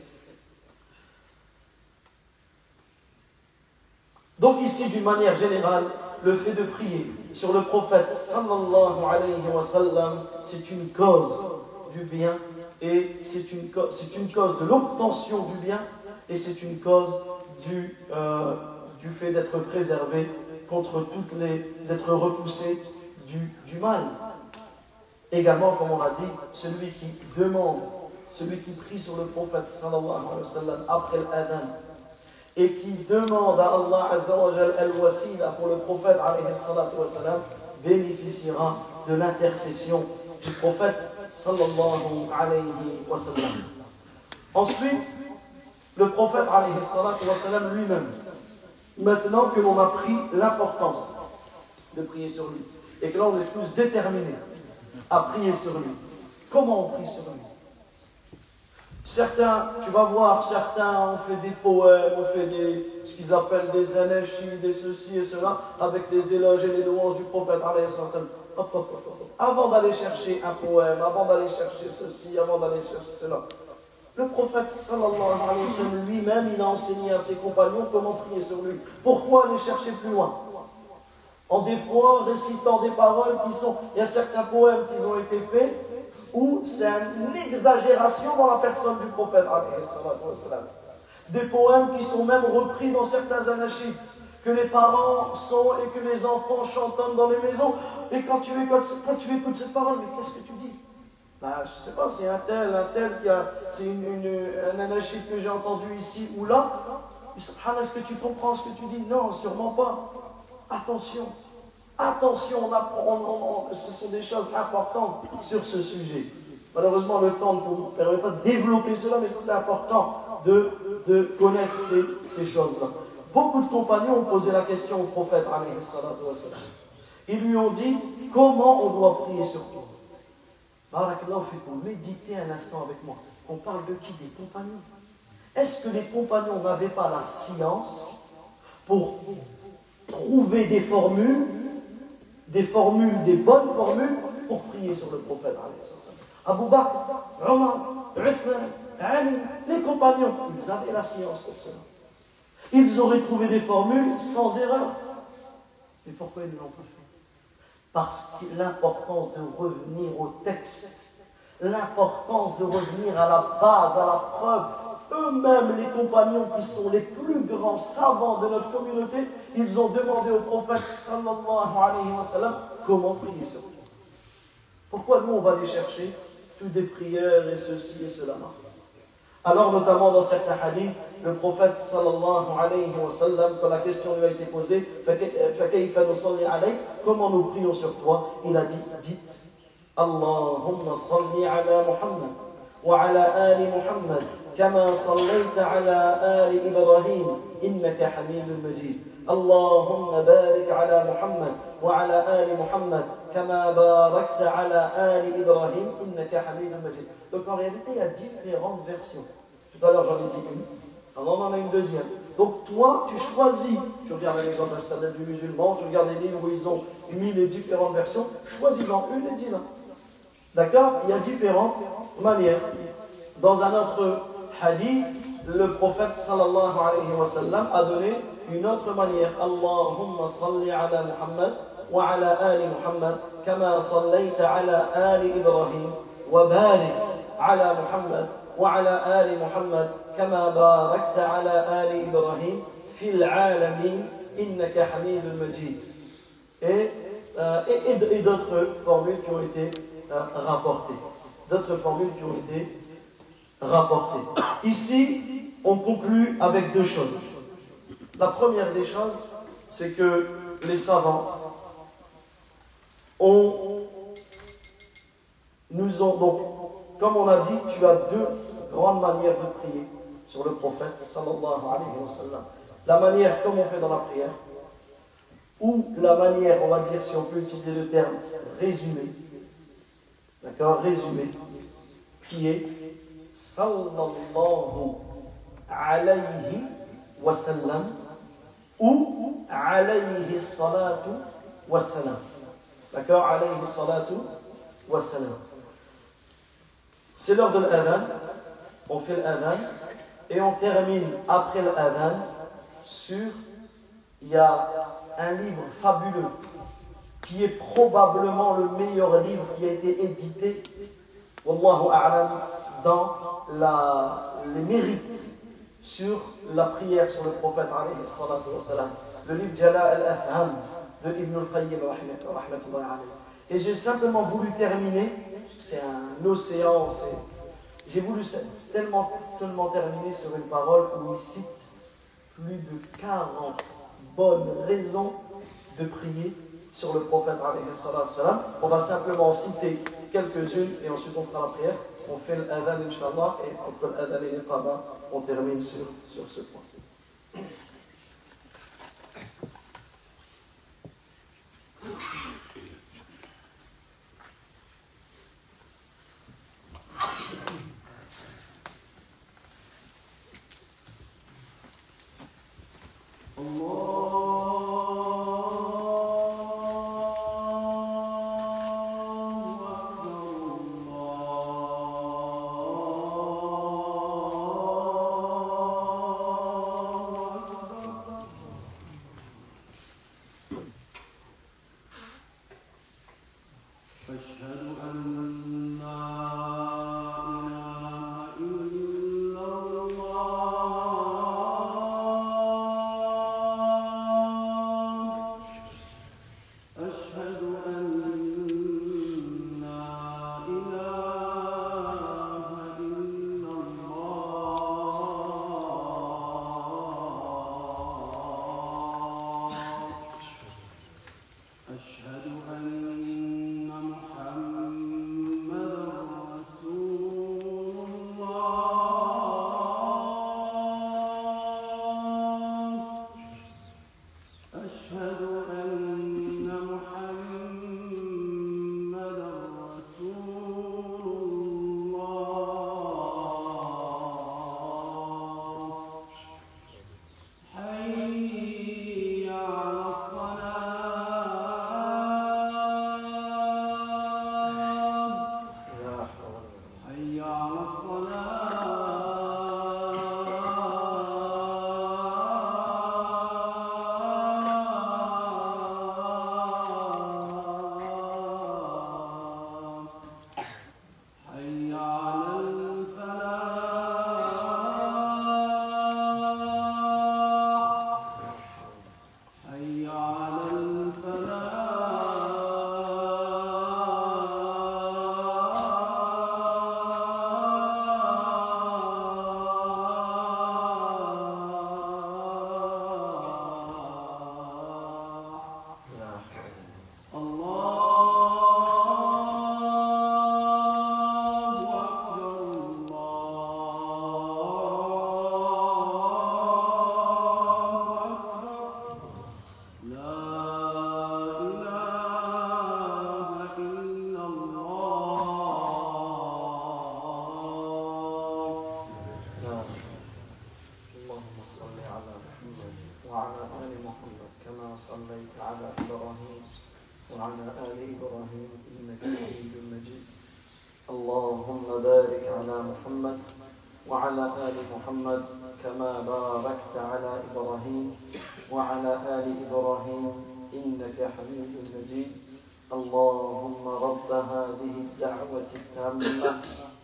Donc ici, d'une manière générale, le fait de prier sur le prophète sallallahu alayhi wa sallam, c'est une cause du bien et c'est une, c'est une cause de l'obtention du bien et c'est une cause du, euh, du fait d'être préservé contre toutes les, d'être repoussé du, du mal. Également, comme on a dit, celui qui demande, celui qui prie sur le prophète sallallahu alayhi wa sallam après l'adhan et qui demande à Allah Azza wa Jal al-wasila pour le prophète alayhi salatu wa salam, bénéficiera de l'intercession du prophète sallallahu alayhi wa sallam. Ensuite, le prophète alayhi salatu wa salam lui-même, maintenant que l'on a pris l'importance de prier sur lui et que là on est tous déterminés à prier sur lui, comment on prie sur lui? Certains, tu vas voir, certains ont fait des poèmes, ont fait des, ce qu'ils appellent des anachis, des ceci et cela, avec les éloges et les louanges du prophète alayhi sallam. Hop, hop, hop, hop. Avant d'aller chercher un poème, avant d'aller chercher ceci, avant d'aller chercher cela, le prophète sallallahu alayhi wa sallam lui-même, il a enseigné à ses compagnons comment prier sur lui. Pourquoi aller chercher plus loin? En des fois, récitant des paroles qui sont... Il y a certains poèmes qui ont été faits où c'est une exagération dans la personne du prophète alayhi sallam. Des poèmes qui sont même repris dans certains anachis, que les parents sont et que les enfants chantonnent dans les maisons. Et quand tu écoutes, quand tu écoutes cette parole, mais qu'est-ce que tu dis? Ben, je ne sais pas, c'est un tel, un tel qui a... C'est une, une, un anachide que j'ai entendu ici ou là. Mais subhanallah, est-ce que tu comprends ce que tu dis? Non, sûrement pas. Attention. Attention, on apprend, on, on, ce sont des choses importantes sur ce sujet. Malheureusement, le temps ne nous permet pas de développer cela, mais ça c'est important de, de connaître ces, ces choses-là. Beaucoup de compagnons ont posé la question au prophète, alayhi salatu wa salam. Ils lui ont dit, comment on doit prier sur toi? Barakallahu fikum, méditez un instant avec moi. On parle de qui? Des compagnons. Est-ce que les compagnons n'avaient pas la science pour trouver des formules, des formules, des bonnes formules pour prier sur le prophète? Abu Bakr, Omar, Uthman, Ali, les compagnons, ils avaient la science pour cela. Ils auraient trouvé des formules sans erreur. Mais pourquoi ils ne l'ont pas fait? Parce que l'importance de revenir au texte, l'importance de revenir à la base, à la preuve. Eux-mêmes, les compagnons qui sont les plus grands savants de notre communauté, ils ont demandé au prophète sallallahu alayhi wa sallam comment prier sur lui. Pourquoi nous on va aller chercher toutes des prières et ceci et cela? Alors notamment dans certains hadiths, le prophète sallallahu alayhi wa sallam, quand la question lui a été posée, comment nous prions sur toi? Il a dit, dites Allahumma salli ala Muhammad wa ala ali Muhammad كما صليت على آل إبراهيم إنك حميد مجيد اللهم بارك على محمد وعلى آل محمد كما باركت على آل إبراهيم إنك حميد مجيد. Donc en réalité il y a différentes versions. Tout à l'heure j'en ai dit une, alors on en a une deuxième. Donc toi tu choisis, tu regardes l'exemple installé du musulman, tu regardes les livres où ils ont mis les différentes versions, choisis-en une et dis-la. D'accord? Il y a différentes manières. Dans un autre hadith, le prophète sallallahu alayhi wa sallam a donné une autre manière. Allahumma salli ala Muhammad wa ala ali Muhammad kama sallayta ala ali Ibrahim wa barik ala Muhammad وعلى آل محمد كما باركت على آل إبراهيم في العالمين إنك حميد مجيد. Et, euh, et, et, et d'autres formules qui ont été euh, rapportées. D'autres formules qui ont été rapportées. Ici, on conclut avec deux choses. La première des choses, c'est que les savants ont, nous ont donc, comme on a dit, tu as deux grandes manières de prier sur le prophète sallallahu alayhi wa sallam. La manière comme on fait dans la prière, ou la manière, on va dire, si on peut utiliser le terme résumé, d'accord, résumé, qui est sallallahu alayhi wa sallam ou alayhi salatu wa salam. D'accord, alayhi salatu wa salam. C'est l'heure de l'adhan, on fait l'adhan et on termine après l'adhan sur, il y a un livre fabuleux qui est probablement le meilleur livre qui a été édité, wallahu a'lam, dans la, les mérites sur la prière sur le prophète alayhi salatu wa salam, le livre Jala al-Afham de Ibn al-Qayyim rahmatullahi alayhi. Et j'ai simplement voulu terminer, c'est un océan, c'est, j'ai voulu tellement seulement terminer sur une parole où il cite plus de quarante bonnes raisons de prier sur le prophète alayhi salatu wa salam. On va simplement citer quelques-unes et ensuite on fera la prière. On fait l'adhan inshallah et entre l'adhan et l'iqama, on termine sur, sur ce point.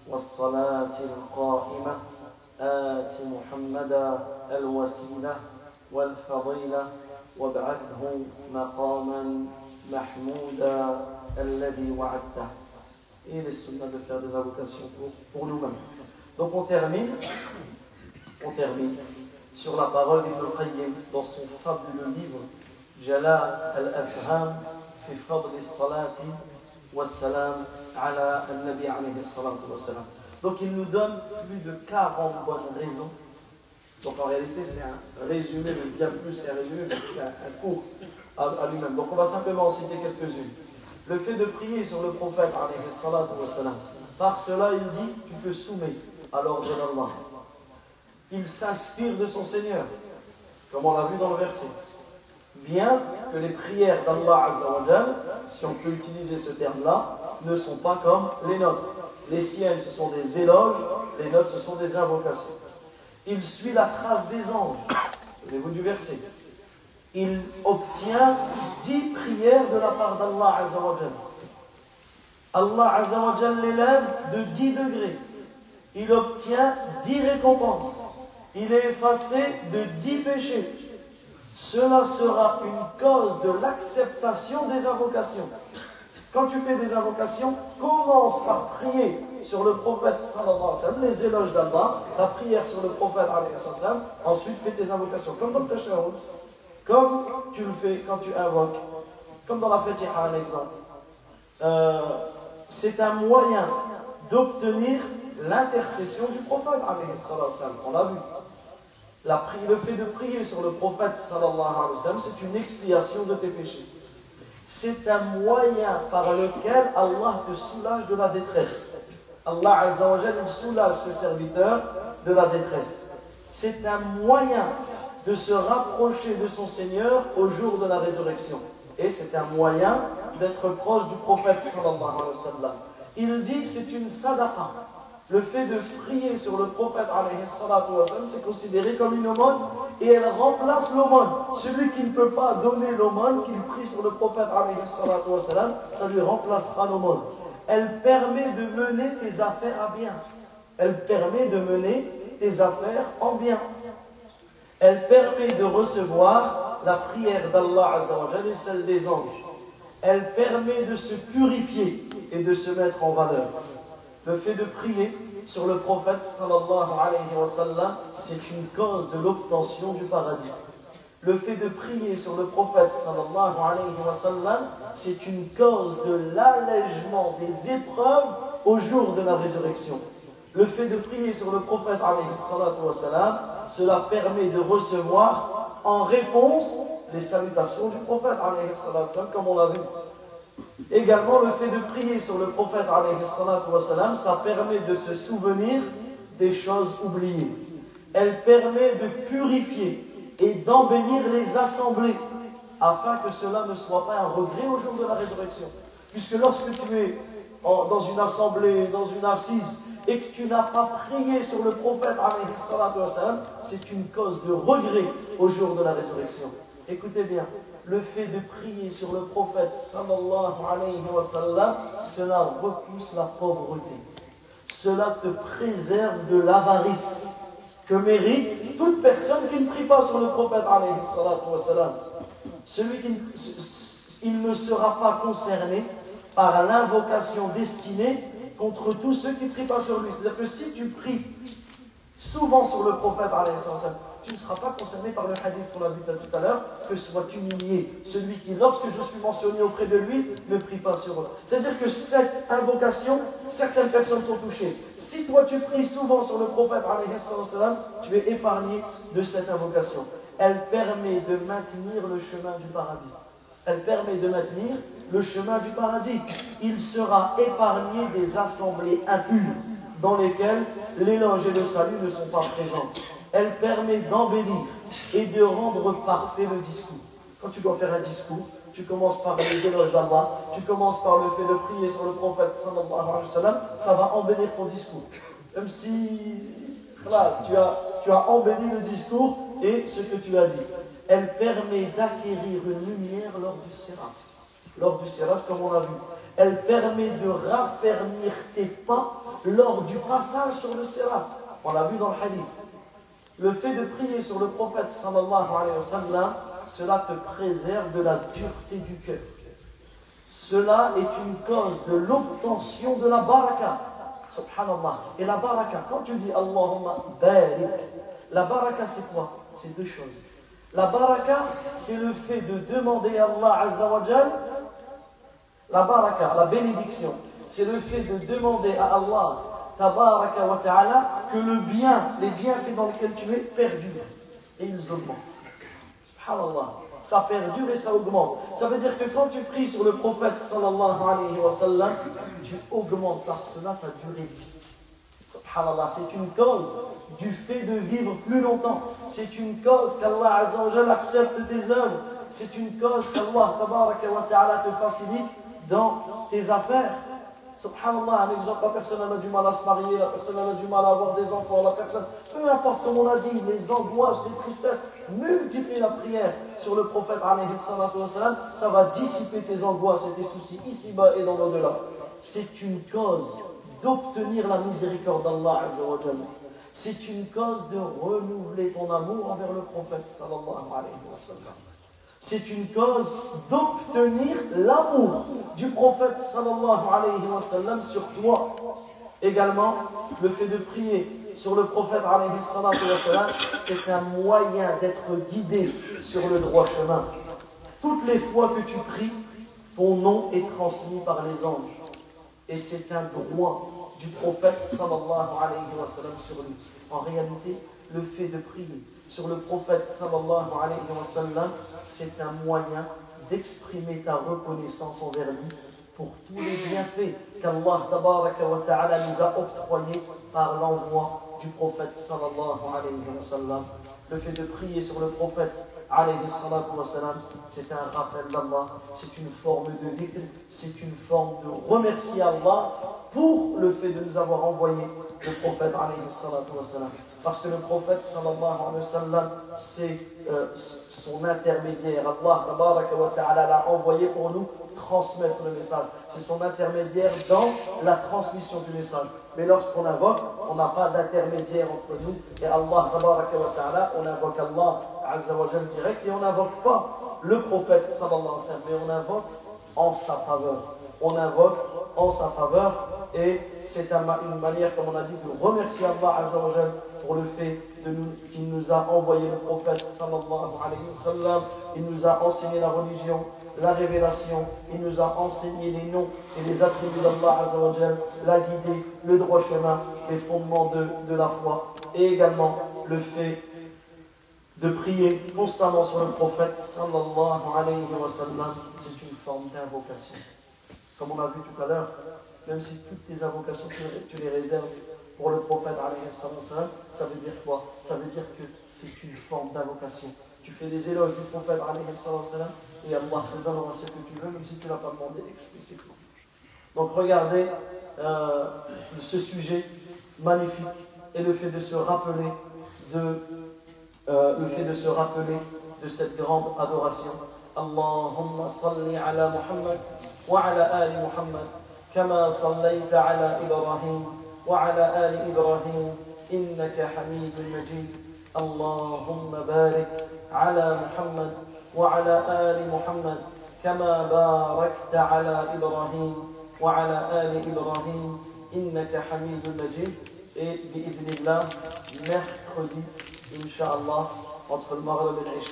والصلاة القائمة آت محمدا الوسيلة والفضيلة وابعثه مقاما محمودا الذي وعدته. Et les sunnahs de faire des invocations pour, pour nous-mêmes. Donc on termine, on termine sur la parole d'Ibn al-Qayyim dans son fabuleux livre Jala al-Afham fi fadl as-salati was-salam ala al-Nabi alayhi salatu was-salam. Donc il nous donne plus de quarante bonnes raisons. Donc en réalité c'est un résumé, mais bien plus qu'un résumé, parce que c'est un, un cours à, à lui-même. Donc on va simplement en citer quelques-unes. Le fait de prier sur le prophète alayhi salatu wassalam, par cela il dit tu te soumets à l'ordre d'Allah. Il s'inspire de son Seigneur, comme on l'a vu dans le verset. Bien que les prières d'Allah Azza wa Jal, si on peut utiliser ce terme-là, ne sont pas comme les nôtres. Les siennes ce sont des éloges, les nôtres ce sont des invocations. Il suit la trace des anges, souvenez-vous du verset. Il obtient dix prières de la part d'Allah Azza wa Jal. Allah Azza wa Jal l'élève de dix degrés. Il obtient dix récompenses. Il est effacé de dix péchés. Cela sera une cause de l'acceptation des invocations. Quand tu fais des invocations, commence par prier sur le prophète sallallahu alayhi wa sallam, les éloges d'Allah, la prière sur le prophète alayhi wa sallam, ensuite fais tes invocations, comme dans le tashahhud, comme tu le fais quand tu invoques, comme dans la Fatiha, un exemple. Euh, c'est un moyen d'obtenir l'intercession du prophète alayhi wa sallam. On l'a vu. La, le fait de prier sur le prophète sallallahu alayhi wa sallam, c'est une expiation de tes péchés. C'est un moyen par lequel Allah te soulage de la détresse. Allah Azza wa Jal, il soulage ses serviteurs de la détresse. C'est un moyen de se rapprocher de son Seigneur au jour de la résurrection. Et c'est un moyen d'être proche du prophète sallallahu alayhi wa sallam. Il dit c'est une sadaqa. Le fait de prier sur le prophète alayhi salatu wa sallam, c'est considéré comme une aumône et elle remplace l'aumône. Celui qui ne peut pas donner l'aumône, qu'il prie sur le prophète alayhi salatu wa sallam, ça lui remplacera l'aumône. Elle permet de mener tes affaires à bien. Elle permet de mener tes affaires en bien. Elle permet de recevoir la prière d'Allah Azza wa Jal et celle des anges. Elle permet de se purifier et de se mettre en valeur. Le fait de prier sur le prophète sallallahu alayhi wa sallam, c'est une cause de l'obtention du paradis. Le fait de prier sur le prophète sallallahu alayhi wa sallam, c'est une cause de l'allègement des épreuves au jour de la résurrection. Le fait de prier sur le prophète alayhi salatu wa sallam, cela permet de recevoir en réponse les salutations du prophète alayhi salatu wa sallam, comme on l'a vu. Également, le fait de prier sur le prophète alayhi salatu wa sallam, ça permet de se souvenir des choses oubliées. Elle permet de purifier et d'embellir les assemblées afin que cela ne soit pas un regret au jour de la résurrection. Puisque lorsque tu es en, dans une assemblée, dans une assise, et que tu n'as pas prié sur le prophète alayhi salatu wa sallam, c'est une cause de regret au jour de la résurrection. Écoutez bien, le fait de prier sur le prophète sallallahu alayhi wa sallam, cela repousse la pauvreté. Cela te préserve de l'avarice que mérite toute personne qui ne prie pas sur le prophète alayhi salatu wa sallam. Celui qui il ne sera pas concerné par l'invocation destinée contre tous ceux qui ne prient pas sur lui. C'est-à-dire que si tu pries souvent sur le prophète alayhi sallam, tu ne seras pas concerné par le hadith qu'on a vu tout à l'heure, que soit humilié celui qui, lorsque je suis mentionné auprès de lui, ne prie pas sur eux. C'est-à-dire que cette invocation, certaines personnes sont touchées. Si toi tu pries souvent sur le prophète alayhi sallam, tu es épargné de cette invocation. Elle permet de maintenir le chemin du paradis. Elle permet de maintenir le chemin du paradis. Il sera épargné des assemblées impures dans lesquelles l'éloge et le salut ne sont pas présents. Elle permet d'embellir et de rendre parfait le discours. Quand tu dois faire un discours, tu commences par les éloges d'Allah, tu commences par le fait de prier sur le prophète sallallahu alayhi wa sallam, ça va embellir ton discours. Comme si là, tu as, tu as embelli le discours et ce que tu as dit. Elle permet d'acquérir une lumière lors du sirat. Lors du sirat, comme on l'a vu. Elle permet de raffermir tes pas lors du passage sur le sirat. On l'a vu dans le hadith. Le fait de prier sur le prophète sallallahu alayhi wa sallam, cela te préserve de la dureté du cœur. Cela est une cause de l'obtention de la baraka. Subhanallah. Et la baraka, quand tu dis Allahumma barik, la baraka c'est quoi? C'est deux choses. La baraka, c'est le fait de demander à Allah Azza wa Jal, la baraka, la bénédiction, c'est le fait de demander à Allah Tabaraka wa Ta'ala que le bien, les bienfaits dans lesquels tu es, perdurent. Et ils augmentent. Subhanallah. Ça perdure et ça augmente. Ça veut dire que quand tu pries sur le prophète sallallahu alayhi wa sallam, tu augmentes par cela ta durée de vie. Subhanallah, c'est une cause du fait de vivre plus longtemps. C'est une cause qu'Allah Azza wa Jalla accepte tes œuvres. C'est une cause qu'Allah Tabaraka wa Ta'ala te facilite dans tes affaires. Subhanallah, un exemple, la personne a du mal à se marier, la personne a du mal à avoir des enfants, la personne, peu importe comme on a dit, les angoisses, les tristesses, multiplie la prière sur le prophète alayhi salatu wa salam, ça va dissiper tes angoisses et tes soucis ici-bas et dans l'au-delà. C'est une cause d'obtenir la miséricorde d'Allah Azza wa Jalla. C'est une cause de renouveler ton amour envers le prophète sallallahu alayhi wa sallam. C'est une cause d'obtenir l'amour du prophète sallallahu alayhi wa sallam sur toi. Également, le fait de prier sur le prophète alayhi salatu wa sallam, c'est un moyen d'être guidé sur le droit chemin. Toutes les fois que tu pries, ton nom est transmis par les anges. Et c'est un droit du prophète sallallahu alayhi wa sallam sur lui. En réalité, le fait de prier sur le prophète sallallahu alayhi wa sallam, c'est un moyen d'exprimer ta reconnaissance envers lui pour tous les bienfaits qu'Allah tabaraka wa ta'ala nous a octroyés par l'envoi du prophète sallallahu alayhi wa sallam. Le fait de prier sur le prophète alayhi salatu wa sallam, c'est un rappel d'Allah, c'est une forme de dhikr, c'est une forme de remercier Allah pour le fait de nous avoir envoyé le prophète alayhi salatu wa sallam. Parce que le prophète sallallahu alayhi wa sallam, c'est euh, son intermédiaire. Allah tabaraka wa ta'ala l'a envoyé pour nous transmettre le message. C'est son intermédiaire dans la transmission du message. Mais lorsqu'on invoque, on n'a pas d'intermédiaire entre nous et Allah tabaraka wa ta'ala. On invoque Allah azza wa jal direct et on n'invoque pas le prophète sallallahu alayhi wa sallam, mais on invoque en sa faveur. On invoque en sa faveur et c'est une manière, comme on a dit, de remercier Allah azza wa jal pour le fait de nous, qu'il nous a envoyé le prophète sallallahu alayhi wa sallam. Il nous a enseigné la religion, la révélation, il nous a enseigné les noms et les attributs d'Allah azza wa jal, l'a guidé, le droit chemin, les fondements de, de la foi, et également le fait de prier constamment sur le prophète sallallahu alayhi wa sallam. C'est une forme d'invocation. Comme on a vu tout à l'heure, même si toutes tes invocations tu, tu les réserves pour le prophète alayhi sallam, ça veut dire quoi? Ça veut dire que c'est une forme d'invocation. Tu fais des éloges du prophète alayhi sallam et Allah te donnera ce que tu veux, même si tu ne l'as pas demandé explicitement. Donc regardez euh, ce sujet magnifique et le fait de se rappeler de euh, le fait de se rappeler de cette grande adoration. Allahumma salli ala Muhammad wa ala ali Muhammad kama sallaita ala Ibrahim wa ala ali Ibrahim innaka hamidun majid. Allahumma barik ala Muhammad wa ala ali Muhammad kama barakta ala Ibrahim wa ala ali Ibrahim innaka hamidun majid. Et bi'idhnillah, mercredi, Inch'Allah, entre le Maghrib et l'Isha,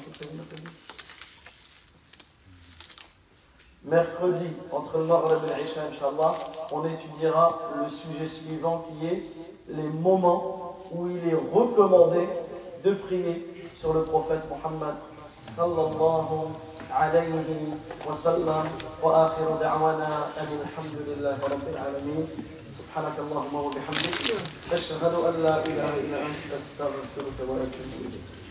mercredi, entre le Maghrib et l'Isha, Inch'Allah, on étudiera le sujet suivant qui est les moments où il est recommandé de prier sur le prophète Muhammad sallallahu alayhi wa sallam. Wa akhiru da'wana alhamdulillahi rabbil alamin. سبحانك اللهم وبحمدك أشهد أن لا إله إلا أنت أستغفرك وأتوب إليك.